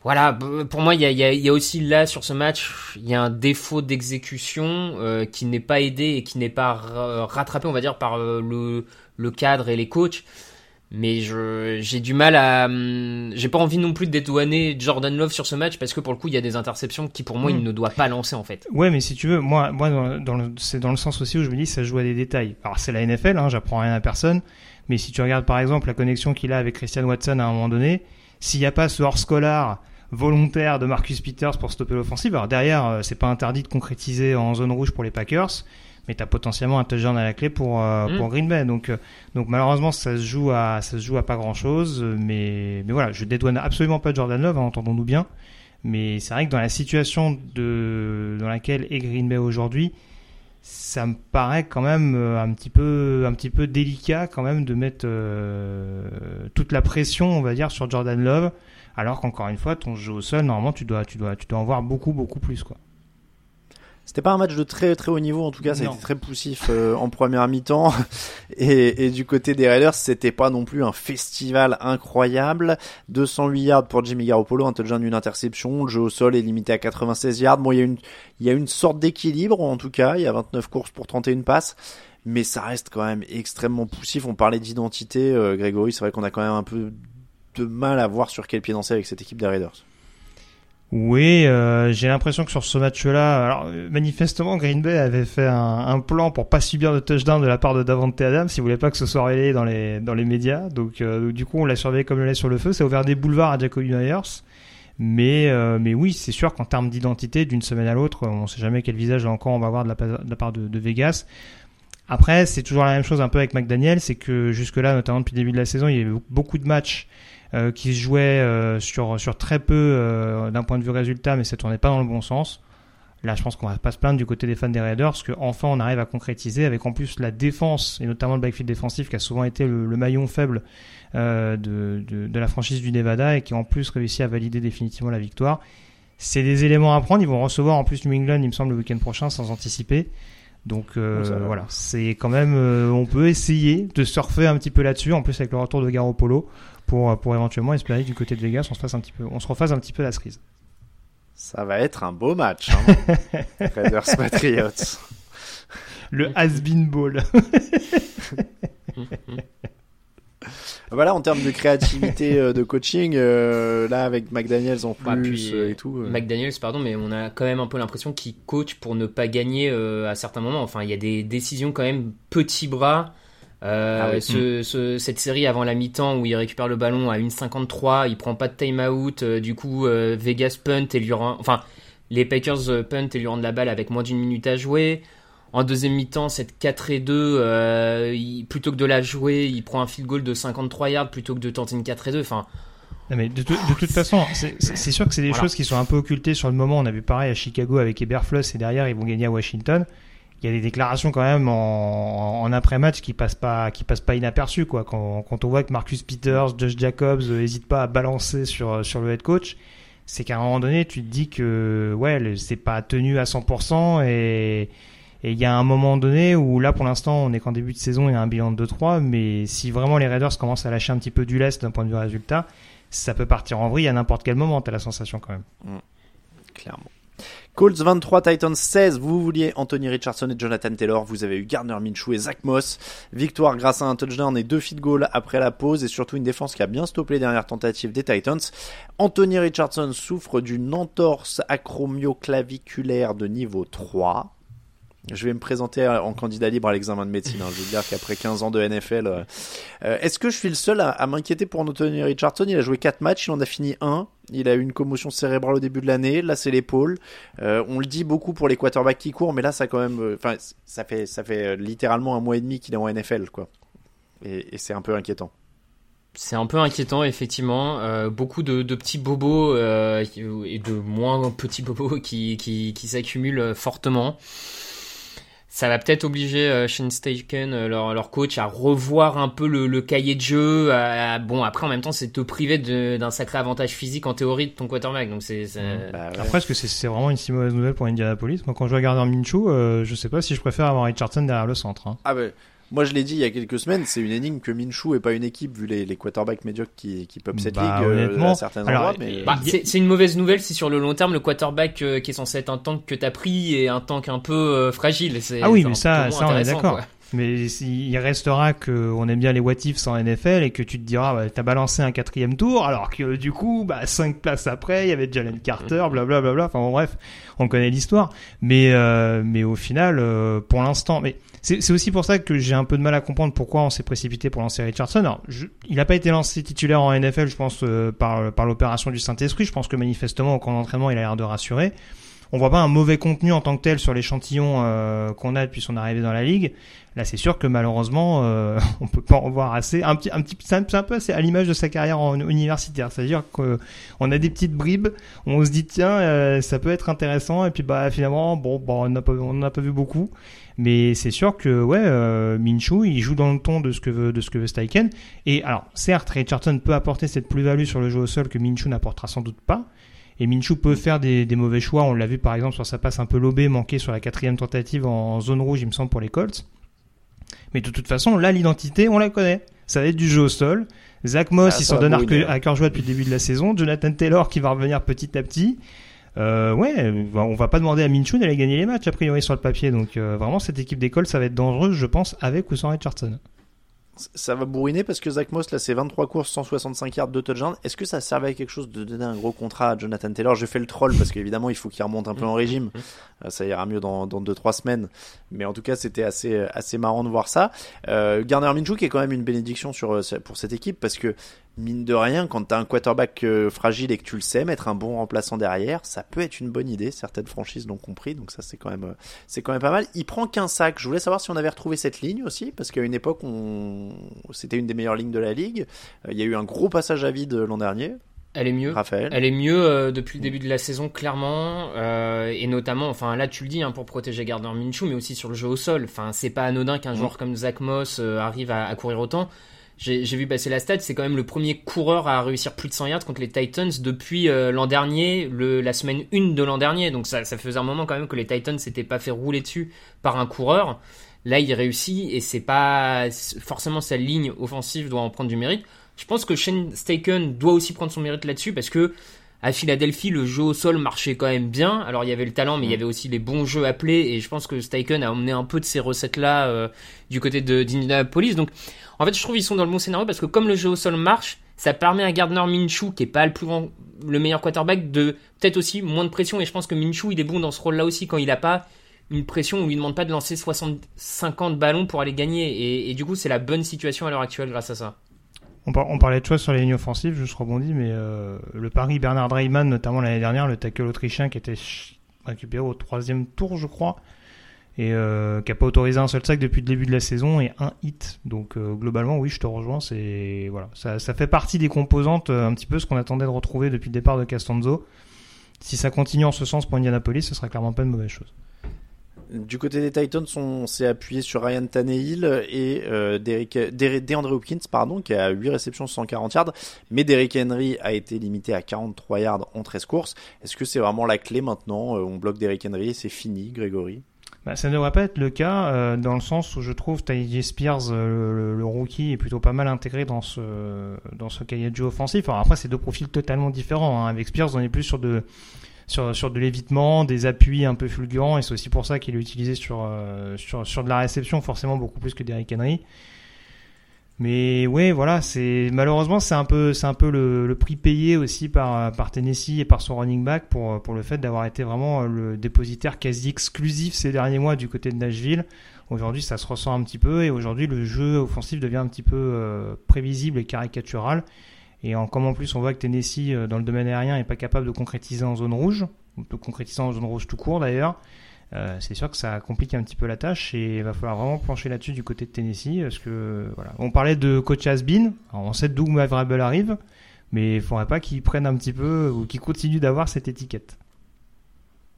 Voilà, pour moi, il y a aussi là, sur ce match, il y a un défaut d'exécution qui n'est pas aidé et qui n'est pas rattrapé, on va dire, par le cadre et les coachs. Mais j'ai du mal à... J'ai pas envie non plus de dédouaner Jordan Love sur ce match parce que pour le coup, il y a des interceptions qui, pour moi, il ne doit pas lancer, en fait. Ouais, mais si tu veux, moi c'est dans le sens aussi où je me dis ça se joue à des détails. Alors, c'est la NFL, hein, j'apprends rien à personne. Mais si tu regardes, par exemple, la connexion qu'il a avec Christian Watson à un moment donné, s'il n'y a pas ce hors-scolar volontaire de Marcus Peters pour stopper l'offensive, alors derrière, c'est pas interdit de concrétiser en zone rouge pour les Packers, mais t'as potentiellement un touchdown à la clé pour Green Bay. Donc malheureusement, ça se joue à pas grand chose, mais voilà, je dédouane absolument pas Jordan Love, hein, entendons-nous bien. Mais c'est vrai que dans la situation dans laquelle est Green Bay aujourd'hui, ça me paraît quand même un petit peu délicat quand même de mettre toute la pression, on va dire, sur Jordan Love, alors qu'encore une fois, ton jeu au sol, normalement, tu dois en voir beaucoup plus, quoi. C'était pas un match de très très haut niveau, en tout cas, ça a été très poussif en première mi-temps. Et du côté des Raiders, c'était pas non plus un festival incroyable. 208 yards pour Jimmy Garoppolo, un touchdown, une interception. Le jeu au sol est limité à 96 yards. Bon, il y a une sorte d'équilibre, en tout cas. Il y a 29 courses pour 31 passes. Mais ça reste quand même extrêmement poussif. On parlait d'identité, Grégory. C'est vrai qu'on a quand même un peu de mal à voir sur quel pied danser avec cette équipe des Raiders. Oui, j'ai l'impression que sur ce match-là, alors manifestement Green Bay avait fait un plan pour pas subir de touchdown de la part de Davante Adams, s'il voulait pas que ce soit relayé dans les médias. Donc du coup, on l'a surveillé comme le lait sur le feu. Ça a ouvert des boulevards à Jacoby Myers. Mais oui, c'est sûr qu'en termes d'identité, d'une semaine à l'autre, on sait jamais quel visage encore on va avoir de la part de Vegas. Après, c'est toujours la même chose un peu avec McDaniel, c'est que jusque-là, notamment depuis le début de la saison, il y avait beaucoup de matchs qui se jouaient sur très peu d'un point de vue résultat, mais ça tournait pas dans le bon sens. Là, je pense qu'on va pas se plaindre du côté des fans des Raiders, parce qu'enfin on arrive à concrétiser, avec en plus la défense, et notamment le backfield défensif, qui a souvent été le maillon faible de la franchise du Nevada, et qui en plus réussit à valider définitivement la victoire. C'est des éléments à prendre. Ils vont recevoir en plus New England, il me semble, le week-end prochain, sans anticiper. Donc voilà, c'est quand même, on peut essayer de surfer un petit peu là-dessus, en plus avec le retour de Garoppolo, pour éventuellement espérer que du côté de Vegas, on se refasse un petit peu la cerise. Ça va être un beau match, hein. Raiders Patriots. Le has-been ball. Voilà, en termes de créativité de coaching, là avec McDaniels en plus et tout. McDaniels, pardon, mais on a quand même un peu l'impression qu'il coach pour ne pas gagner à certains moments. Enfin, il y a des décisions quand même petits bras. Cette série avant la mi-temps où il récupère le ballon à 1,53, il prend pas de time-out, du coup Vegas punt et les Packers punt et lui rendent la balle avec moins d'une minute à jouer. En deuxième mi-temps, cette 4-2, plutôt que de la jouer, il prend un field goal de 53 yards plutôt que de tenter une 4-2. Enfin, non, mais de toute façon, c'est sûr que c'est des choses qui sont un peu occultées sur le moment. On a vu pareil à Chicago avec Eberflus, et derrière ils vont gagner à Washington. Il y a des déclarations quand même en après-match qui passent pas inaperçues, quoi. Quand on voit que Marcus Peters, Josh Jacobs n'hésitent pas à balancer sur le head coach, c'est qu'à un moment donné tu te dis que c'est pas tenu à 100%, et il y a un moment donné où là pour l'instant on est qu'en début de saison, il y a un bilan de 2-3, mais si vraiment les Raiders commencent à lâcher un petit peu du lest d'un point de vue résultat, ça peut partir en vrille à n'importe quel moment, t'as la sensation quand même. Clairement. Colts 23, Titans 16. Vous vouliez Anthony Richardson et Jonathan Taylor. Vous avez eu Gardner Minshew et Zach Moss. Victoire grâce à un touchdown et 2 field goals après la pause, et surtout une défense qui a bien stoppé les dernières tentatives des Titans. Anthony Richardson souffre d'une entorse acromioclaviculaire de niveau 3. Je vais me présenter en candidat libre à l'examen de médecine. Je veux dire qu'après 15 ans de NFL, est-ce que je suis le seul à m'inquiéter pour Anthony Richardson? Il a joué 4 matchs, il en a fini 1. Il a eu une commotion cérébrale au début de l'année. Là, c'est l'épaule. On le dit beaucoup pour les quarterbacks qui courent, mais là, ça quand même, ça fait littéralement 1 mois et demi qu'il est en NFL, quoi. Et c'est un peu inquiétant. C'est un peu inquiétant, effectivement. Beaucoup de petits bobos et de moins petits bobos qui s'accumulent fortement. Ça va peut-être obliger Shane Steichen, leur coach, à revoir un peu le cahier de jeu. Bon, après, en même temps, c'est te priver d'un sacré avantage physique en théorie de ton quarterback. Donc Après, est-ce que c'est vraiment une si mauvaise nouvelle pour Indianapolis? Moi, quand je regarde Gardner Minshew, je sais pas si je préfère avoir Richardson derrière le centre. Hein. Ah ben, Moi, je l'ai dit il y a quelques semaines, c'est une énigme que Minshew est pas une équipe, vu les quarterbacks médiocres qui peuplent cette ligue à certains endroits. Mais... c'est une mauvaise nouvelle si sur le long terme, le quarterback qui est censé être un tank que t'as pris est un tank un peu fragile. Mais ça on est d'accord. Quoi. Mais il restera qu'on aime bien les what ifs en NFL et que tu te diras, t'as balancé un 4e tour, alors que du coup, 5 places après, il y avait Jalen Carter, blablabla. Enfin bon, bref, on connaît l'histoire. Mais au final, pour l'instant, mais c'est aussi pour ça que j'ai un peu de mal à comprendre pourquoi on s'est précipité pour lancer Richardson. Alors, il n'a pas été lancé titulaire en NFL, je pense, par l'opération du Saint-Esprit. Je pense que manifestement, au camp d'entraînement, il a l'air de rassurer. On voit pas un mauvais contenu en tant que tel sur l'échantillon qu'on a depuis son arrivée dans la ligue. Là, c'est sûr que malheureusement, on peut pas en voir assez. C'est un peu assez à l'image de sa carrière en universitaire. C'est-à-dire qu'on a des petites bribes, on se dit tiens, ça peut être intéressant, et puis finalement, on n'a pas vu beaucoup. Mais c'est sûr que Minshew, il joue dans le ton de ce que veut Steichen. Et alors, certes, Richardson peut apporter cette plus-value sur le jeu au sol que Minshew n'apportera sans doute pas. Et Minshew peut faire des mauvais choix. On l'a vu par exemple sur sa passe un peu lobée, manquée sur la 4e tentative en zone rouge, il me semble, pour les Colts. Mais de toute façon, là, l'identité, on la connaît. Ça va être du jeu au sol. Zach Moss, il s'en donne à cœur joie depuis le début de la saison. Jonathan Taylor qui va revenir petit à petit. On va pas demander à Minshew d'aller gagner les matchs, a priori, sur le papier. Donc, vraiment, cette équipe des Colts, ça va être dangereuse, je pense, avec ou sans Richardson. Ça va bourriner parce que Zach Moss, là, c'est 23 courses, 165 yards, 2 touchdowns. Est-ce que ça servait à quelque chose de donner un gros contrat à Jonathan Taylor? Je fais le troll parce qu'évidemment, il faut qu'il remonte un peu en régime. Ça ira mieux dans 2-3 semaines. Mais en tout cas, c'était assez marrant de voir ça. Gardner Minshew qui est quand même une bénédiction pour cette équipe parce que, mine de rien, quand t'as un quarterback fragile et que tu le sais, mettre un bon remplaçant derrière, ça peut être une bonne idée. Certaines franchises l'ont compris, donc ça c'est quand même pas mal. Il prend qu'un sac. Je voulais savoir si on avait retrouvé cette ligne aussi, parce qu'à une époque, c'était une des meilleures lignes de la ligue. Il y a eu un gros passage à vide l'an dernier. Elle est mieux. Raphaël. Elle est mieux depuis le début de la saison, clairement, et notamment, enfin là tu le dis, pour protéger Gardner Minshew, mais aussi sur le jeu au sol. Enfin, c'est pas anodin qu'un joueur comme Zach Moss arrive à courir autant. J'ai vu passer la stat, c'est quand même le premier coureur à réussir plus de 100 yards contre les Titans depuis l'an dernier, la semaine 1 de l'an dernier. Donc ça faisait un moment quand même que les Titans s'étaient pas fait rouler dessus par un coureur. Là, il réussit et c'est pas forcément sa ligne offensive doit en prendre du mérite. Je pense que Shane Steichen doit aussi prendre son mérite là-dessus parce que à Philadelphie, le jeu au sol marchait quand même bien. Alors, il y avait le talent, mais il y avait aussi les bons jeux appelés. Et je pense que Steichen a emmené un peu de ces recettes-là du côté d'Indianapolis. Donc, en fait, je trouve qu'ils sont dans le bon scénario parce que comme le jeu au sol marche, ça permet à Gardner Minshew, qui est pas le meilleur quarterback, de peut-être aussi moins de pression. Et je pense que Minshew, il est bon dans ce rôle-là aussi quand il a pas une pression où on lui demande pas de lancer 50 ballons pour aller gagner. Et du coup, c'est la bonne situation à l'heure actuelle grâce à ça. On parlait de choix sur les lignes offensives, je rebondis, mais le pari Bernard Reimann, notamment l'année dernière, le tackle autrichien qui était récupéré au 3e tour, je crois, et qui n'a pas autorisé un seul sac depuis le début de la saison et un hit. Donc globalement, oui, je te rejoins. Ça fait partie des composantes, un petit peu ce qu'on attendait de retrouver depuis le départ de Castonzo. Si ça continue en ce sens pour Indianapolis, ce sera clairement pas une mauvaise chose. Du côté des Titans, on s'est appuyé sur Ryan Tannehill et DeAndre Hopkins, qui a 8 réceptions, 140 yards. Mais Derrick Henry a été limité à 43 yards en 13 courses. Est-ce que c'est vraiment la clé maintenant? On bloque Derrick Henry et c'est fini, Grégory? Ça ne devrait pas être le cas, dans le sens où je trouve Tyjae Spears, le rookie, est plutôt pas mal intégré dans ce cahier de jeu offensif. Alors après, c'est deux profils totalement différents. Avec Spears, on est plus sur de l'évitement, des appuis un peu fulgurants, et c'est aussi pour ça qu'il est utilisé sur de la réception, forcément beaucoup plus que Derrick Henry. Mais ouais, voilà, malheureusement c'est un peu le prix payé aussi par Tennessee et par son running back pour le fait d'avoir été vraiment le dépositaire quasi exclusif ces derniers mois du côté de Nashville. Aujourd'hui, ça se ressent un petit peu, et aujourd'hui le jeu offensif devient un petit peu prévisible et caricatural. Et comme en plus on voit que Tennessee dans le domaine aérien n'est pas capable de concrétiser en zone rouge, ou de concrétiser en zone rouge tout court d'ailleurs, c'est sûr que ça complique un petit peu la tâche, et il va falloir vraiment plancher là-dessus du côté de Tennessee, parce que voilà, on parlait de coach has-been, on sait d'où Vrabel arrive, mais il ne faudrait pas qu'il prenne un petit peu, ou qu'il continue d'avoir cette étiquette.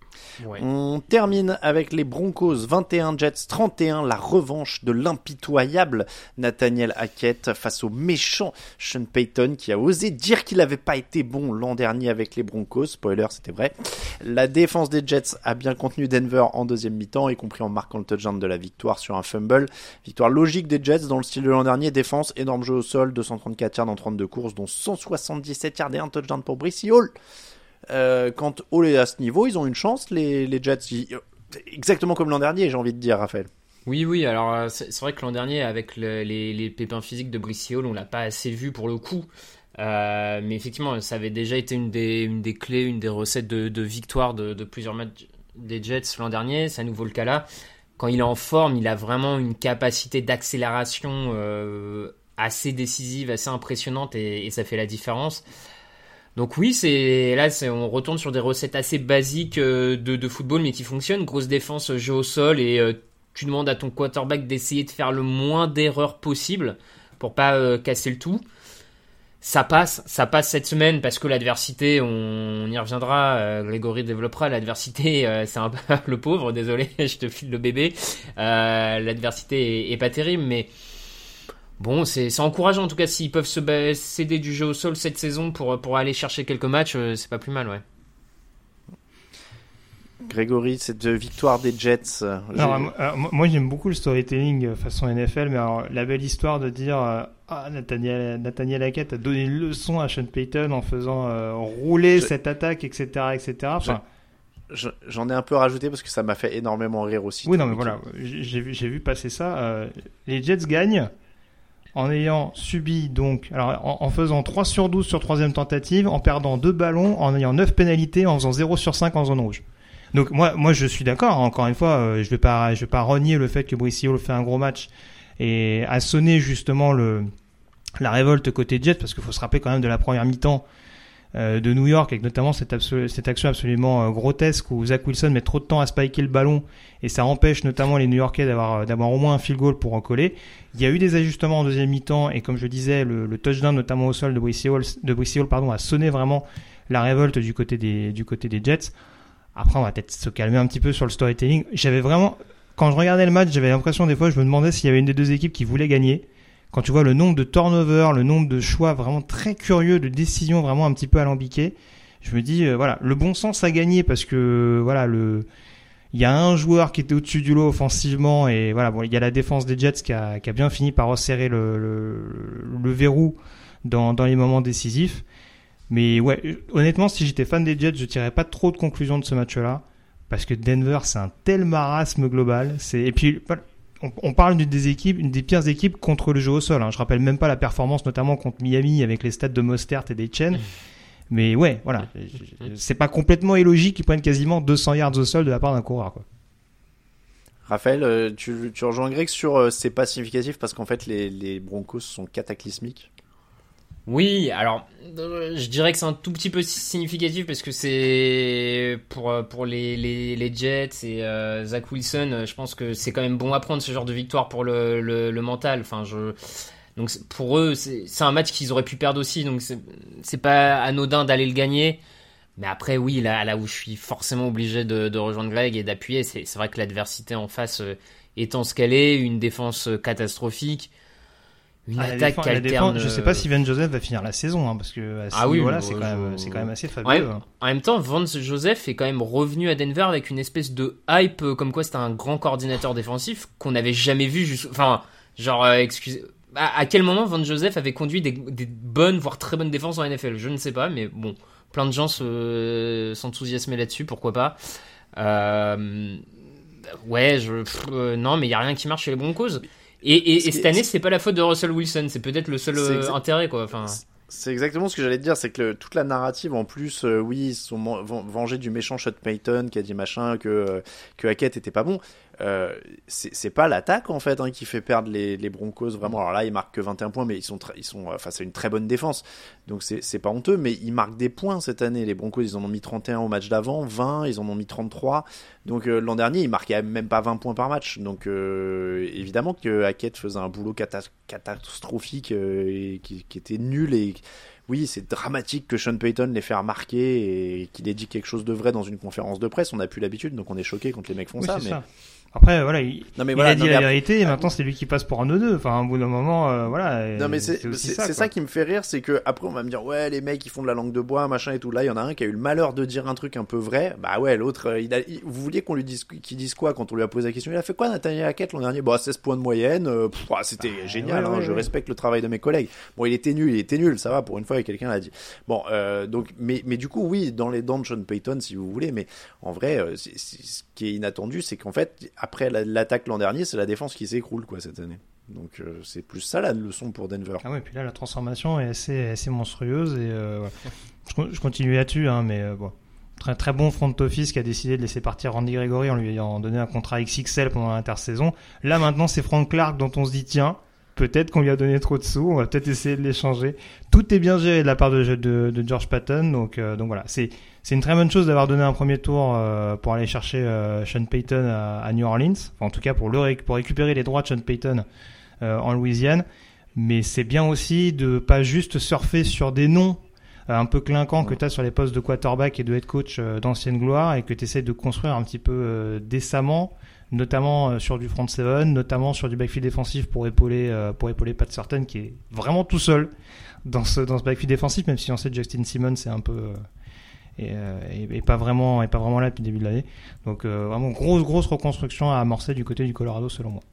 Ouais. On termine avec les Broncos 21, Jets 31, la revanche de l'impitoyable Nathaniel Hackett face au méchant Sean Payton qui a osé dire qu'il n'avait pas été bon l'an dernier avec les Broncos. Spoiler, c'était vrai. La défense des Jets a bien contenu Denver en deuxième mi-temps, y compris en marquant le touchdown de la victoire sur un fumble. Victoire logique des Jets dans le style de l'an dernier. Défense, énorme jeu au sol, 234 yards en 32 courses, dont 177 yards et un touchdown pour Breece Hall. Quand Hall est à ce niveau, ils ont une chance, les Jets, exactement comme l'an dernier, j'ai envie de dire, Raphaël. Oui, alors c'est vrai que l'an dernier, avec les pépins physiques de Breece Hall, on l'a pas assez vu pour le coup. Mais effectivement, ça avait déjà été une des clés, une des recettes de victoire de plusieurs matchs des Jets l'an dernier. C'est à nouveau le cas là. Quand il est en forme, il a vraiment une capacité d'accélération assez décisive, assez impressionnante et ça fait la différence. Donc oui, on retourne sur des recettes assez basiques de football, mais qui fonctionnent. Grosse défense, jeu au sol, et tu demandes à ton quarterback d'essayer de faire le moins d'erreurs possible pour pas casser le tout. Ça passe cette semaine parce que l'adversité, on y reviendra, Grégory développera, l'adversité, c'est un peu le pauvre, désolé, je te file le bébé. L'adversité est pas terrible, mais... Bon, c'est encourageant en tout cas s'ils peuvent se céder du jeu au sol cette saison pour aller chercher quelques matchs, c'est pas plus mal, ouais. Grégory, cette victoire des Jets. Moi j'aime beaucoup le storytelling façon NFL, mais alors la belle histoire de dire Nathaniel Hackett a donné une leçon à Sean Payton en faisant rouler cette attaque, etc. Enfin, j'en ai un peu rajouté parce que ça m'a fait énormément rire aussi. Oui, non, mais voilà, j'ai vu passer ça. Les Jets gagnent en ayant subi donc, alors en faisant 3 sur 12 sur troisième tentative, en perdant 2 ballons, en ayant 9 pénalités, en faisant 0 sur 5 en zone rouge. Donc moi je suis d'accord, hein, encore une fois, je vais pas renier le fait que Breece Hall fait un gros match et a sonné justement la révolte côté Jets, parce qu'il faut se rappeler quand même de la première mi-temps de New York, avec notamment cette action absolument grotesque où Zach Wilson met trop de temps à spiker le ballon et ça empêche notamment les New Yorkais d'avoir au moins un field goal pour recoller. Il y a eu des ajustements en deuxième mi-temps et comme je disais, le touchdown notamment au sol de Breece Hall a sonné vraiment la révolte du côté des Jets. Après on va peut-être se calmer un petit peu sur le storytelling. Quand je regardais le match, j'avais l'impression des fois, je me demandais s'il y avait une des deux équipes qui voulait gagner. Quand tu vois le nombre de turnovers, le nombre de choix vraiment très curieux, de décisions vraiment un petit peu alambiquées, je me dis, voilà, le bon sens a gagné parce que, voilà, il y a un joueur qui était au-dessus du lot offensivement et voilà, bon, il y a la défense des Jets qui a bien fini par resserrer le verrou dans les moments décisifs. Mais ouais, honnêtement, si j'étais fan des Jets, je tirerais pas trop de conclusions de ce match-là parce que Denver, c'est un tel marasme global. Et puis, voilà, on parle une des pires équipes contre le jeu au sol. Hein. Je rappelle même pas la performance, notamment contre Miami avec les stats de Mostert et d'Etienne. Mais ouais, voilà, c'est pas complètement illogique qu'ils prennent quasiment 200 yards au sol de la part d'un coureur, quoi. Raphaël, tu rejoins Greg sur c'est pas significatif parce qu'en fait les Broncos sont cataclysmiques. Oui, alors je dirais que c'est un tout petit peu significatif parce que c'est pour les Jets et Zach Wilson, je pense que c'est quand même bon à prendre ce genre de victoire pour le mental. Enfin, donc pour eux, c'est un match qu'ils auraient pu perdre aussi, donc c'est pas anodin d'aller le gagner. Mais après, oui, là où je suis forcément obligé de rejoindre Greg et d'appuyer, c'est vrai que l'adversité en face étant ce qu'elle est, une défense catastrophique. Une attaque qui alterne. Je sais pas si Vance Joseph va finir la saison, hein, parce que à ce niveau-là, c'est quand même assez fabuleux. Ouais, en même temps, Vance Joseph est quand même revenu à Denver avec une espèce de hype, comme quoi c'était un grand coordinateur défensif qu'on n'avait jamais vu. Enfin, genre, à quel moment Vance Joseph avait conduit des bonnes, voire très bonnes défenses en NFL? Je ne sais pas, mais bon, plein de gens s'enthousiasmaient là-dessus, pourquoi pas. Ouais, non, mais il y a rien qui marche chez les Broncos. Et cette année, c'est pas la faute de Russell Wilson, c'est peut-être le seul intérêt, quoi. Enfin... C'est exactement ce que j'allais te dire, c'est que toute la narrative, en plus, oui, ils sont vengés du méchant Sean Payton qui a dit machin, que Hackett était pas bon. C'est pas l'attaque, en fait, hein, qui fait perdre les Broncos, vraiment. Alors là, ils marquent que 21 points, mais enfin, c'est une très bonne défense. Donc c'est pas honteux, mais ils marquent des points cette année. Les Broncos, ils en ont mis 31 au match d'avant, 20, ils en ont mis 33. Donc l'an dernier, ils marquaient même pas 20 points par match. Donc évidemment que Hackett faisait un boulot catastrophique et qui était nul et oui, c'est dramatique que Sean Payton l'ait fait remarquer et qu'il ait dit quelque chose de vrai dans une conférence de presse. On n'a plus l'habitude, donc on est choqué quand les mecs font ça. Mais... ça. Après, voilà, il a dit la vérité et maintenant c'est lui qui passe pour un neuneu. Enfin, au bout d'un moment, voilà. Non, mais c'est ça qui me fait rire, c'est que après on va me dire ouais, les mecs ils font de la langue de bois, machin et tout. Là, il y en a un qui a eu le malheur de dire un truc un peu vrai. Bah ouais, l'autre, vous vouliez qu'on lui dise qu'il dise quoi quand on lui a posé la question? Il a fait quoi, Nathaniel Hackett, l'an dernier? Bah 16 points de moyenne. C'était génial. Ouais, je respecte le travail de mes collègues. Bon, il était nul, ça va. Pour une fois, quelqu'un l'a dit. Bon, donc, mais du coup, oui, dans les dents de Sean Payton, si vous voulez. Mais en vrai, ce qui est inattendu, c'est qu'en fait, après l'attaque l'an dernier, c'est la défense qui s'écroule quoi cette année. Donc c'est plus ça la leçon pour Denver. Ah ouais, puis là la transformation est assez monstrueuse et je continue là-dessus, hein, mais bon, très très bon front office qui a décidé de laisser partir Randy Gregory en lui ayant donné un contrat XXL pendant l'intersaison. Là maintenant c'est Frank Clark dont on se dit tiens, peut-être qu'on lui a donné trop de sous, on va peut-être essayer de l'échanger. Tout est bien géré de la part de George Paton, donc voilà, c'est une très bonne chose d'avoir donné un premier tour pour aller chercher Sean Payton à New Orleans, enfin, en tout cas pour récupérer les droits de Sean Payton en Louisiane, mais c'est bien aussi de pas juste surfer sur des noms un peu clinquants que tu as sur les postes de quarterback et de head coach d'ancienne gloire et que tu essaies de construire un petit peu décemment, notamment sur du front seven, notamment sur du backfield défensif pour épauler Pat Surtain qui est vraiment tout seul dans ce backfield défensif, même si on sait que Justin Simmons c'est un peu et pas vraiment là depuis le début de l'année. Donc vraiment grosse reconstruction à amorcer du côté du Colorado selon moi.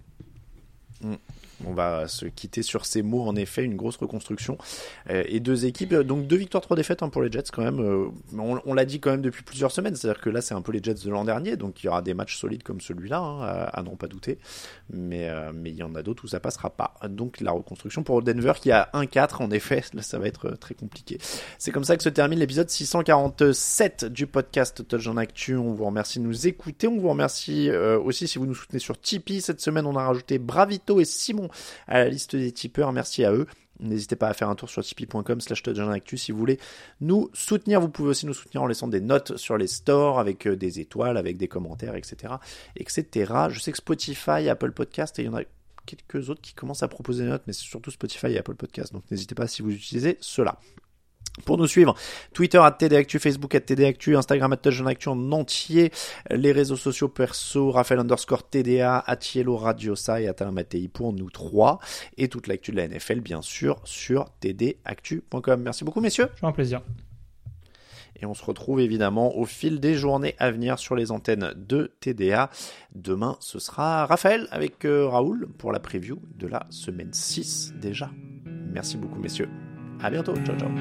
On va se quitter sur ces mots, en effet, une grosse reconstruction. Et 2 équipes, donc 2 victoires, 3 défaites pour les Jets quand même. On l'a dit quand même depuis plusieurs semaines, c'est-à-dire que là c'est un peu les Jets de l'an dernier, donc il y aura des matchs solides comme celui-là, hein, à n'en pas douter. Mais il y en a d'autres où ça passera pas. Donc la reconstruction pour Denver qui a 1-4, en effet, là ça va être très compliqué. C'est comme ça que se termine l'épisode 647 du podcast Touchdown Actu. On vous remercie de nous écouter, on vous remercie aussi si vous nous soutenez sur Tipeee. Cette semaine on a rajouté Bravito et Simon à la liste des tipeurs, merci à eux. N'hésitez pas à faire un tour sur tipeee.com/touchdownactu si vous voulez nous soutenir. Vous pouvez aussi nous soutenir en laissant des notes sur les stores avec des étoiles, avec des commentaires, etc. Je sais que Spotify, Apple Podcast, et il y en a quelques autres qui commencent à proposer des notes, mais c'est surtout Spotify et Apple Podcast, donc n'hésitez pas si vous utilisez cela. Pour nous suivre, Twitter @TDActu, Facebook @TDActu, Instagram @TouchdownActu en entier, les réseaux sociaux perso, Raphaël_TDA, @Yellow Radiosa et @Matei pour nous 3, et toute l'actu de la NFL bien sûr sur tdactu.com. Merci beaucoup messieurs. C'est un plaisir. Et on se retrouve évidemment au fil des journées à venir sur les antennes de TDA. Demain, ce sera Raphaël avec Raoul pour la preview de la semaine 6 déjà. Merci beaucoup messieurs. À bientôt, ciao ciao.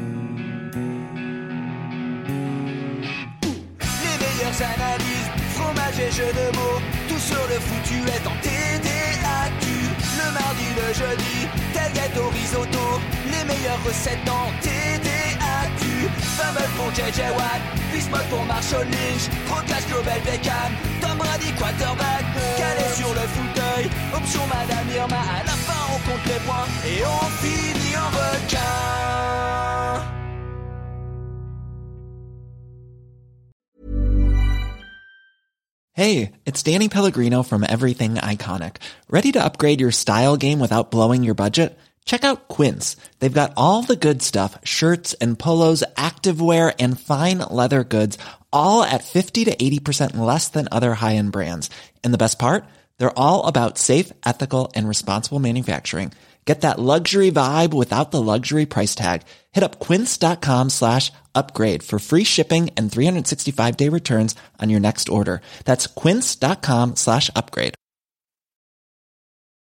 Les meilleures analyses, fromage et jeux de mots, tout sur le foutu est en TDAQ. Le mardi, le jeudi, tailgate au risotto, les meilleures recettes en TDAQ. Fumble pour JJ Watt, Bismuth pour Marshall Lynch, Proclash Global Beckham, Tom Brady quarterback, calé sur le fauteuil, option Madame Irma, à la fin on compte les points et on finit en requin. Hey, it's Danny Pellegrino from Everything Iconic. Ready to upgrade your style game without blowing your budget? Check out Quince. They've got all the good stuff, shirts and polos, activewear, and fine leather goods, all at 50 to 80% less than other high-end brands. And the best part? They're all about safe, ethical, and responsible manufacturing. Get that luxury vibe without the luxury price tag. Hit up quince.com/upgrade for free shipping and 365-day returns on your next order. That's quince.com/upgrade.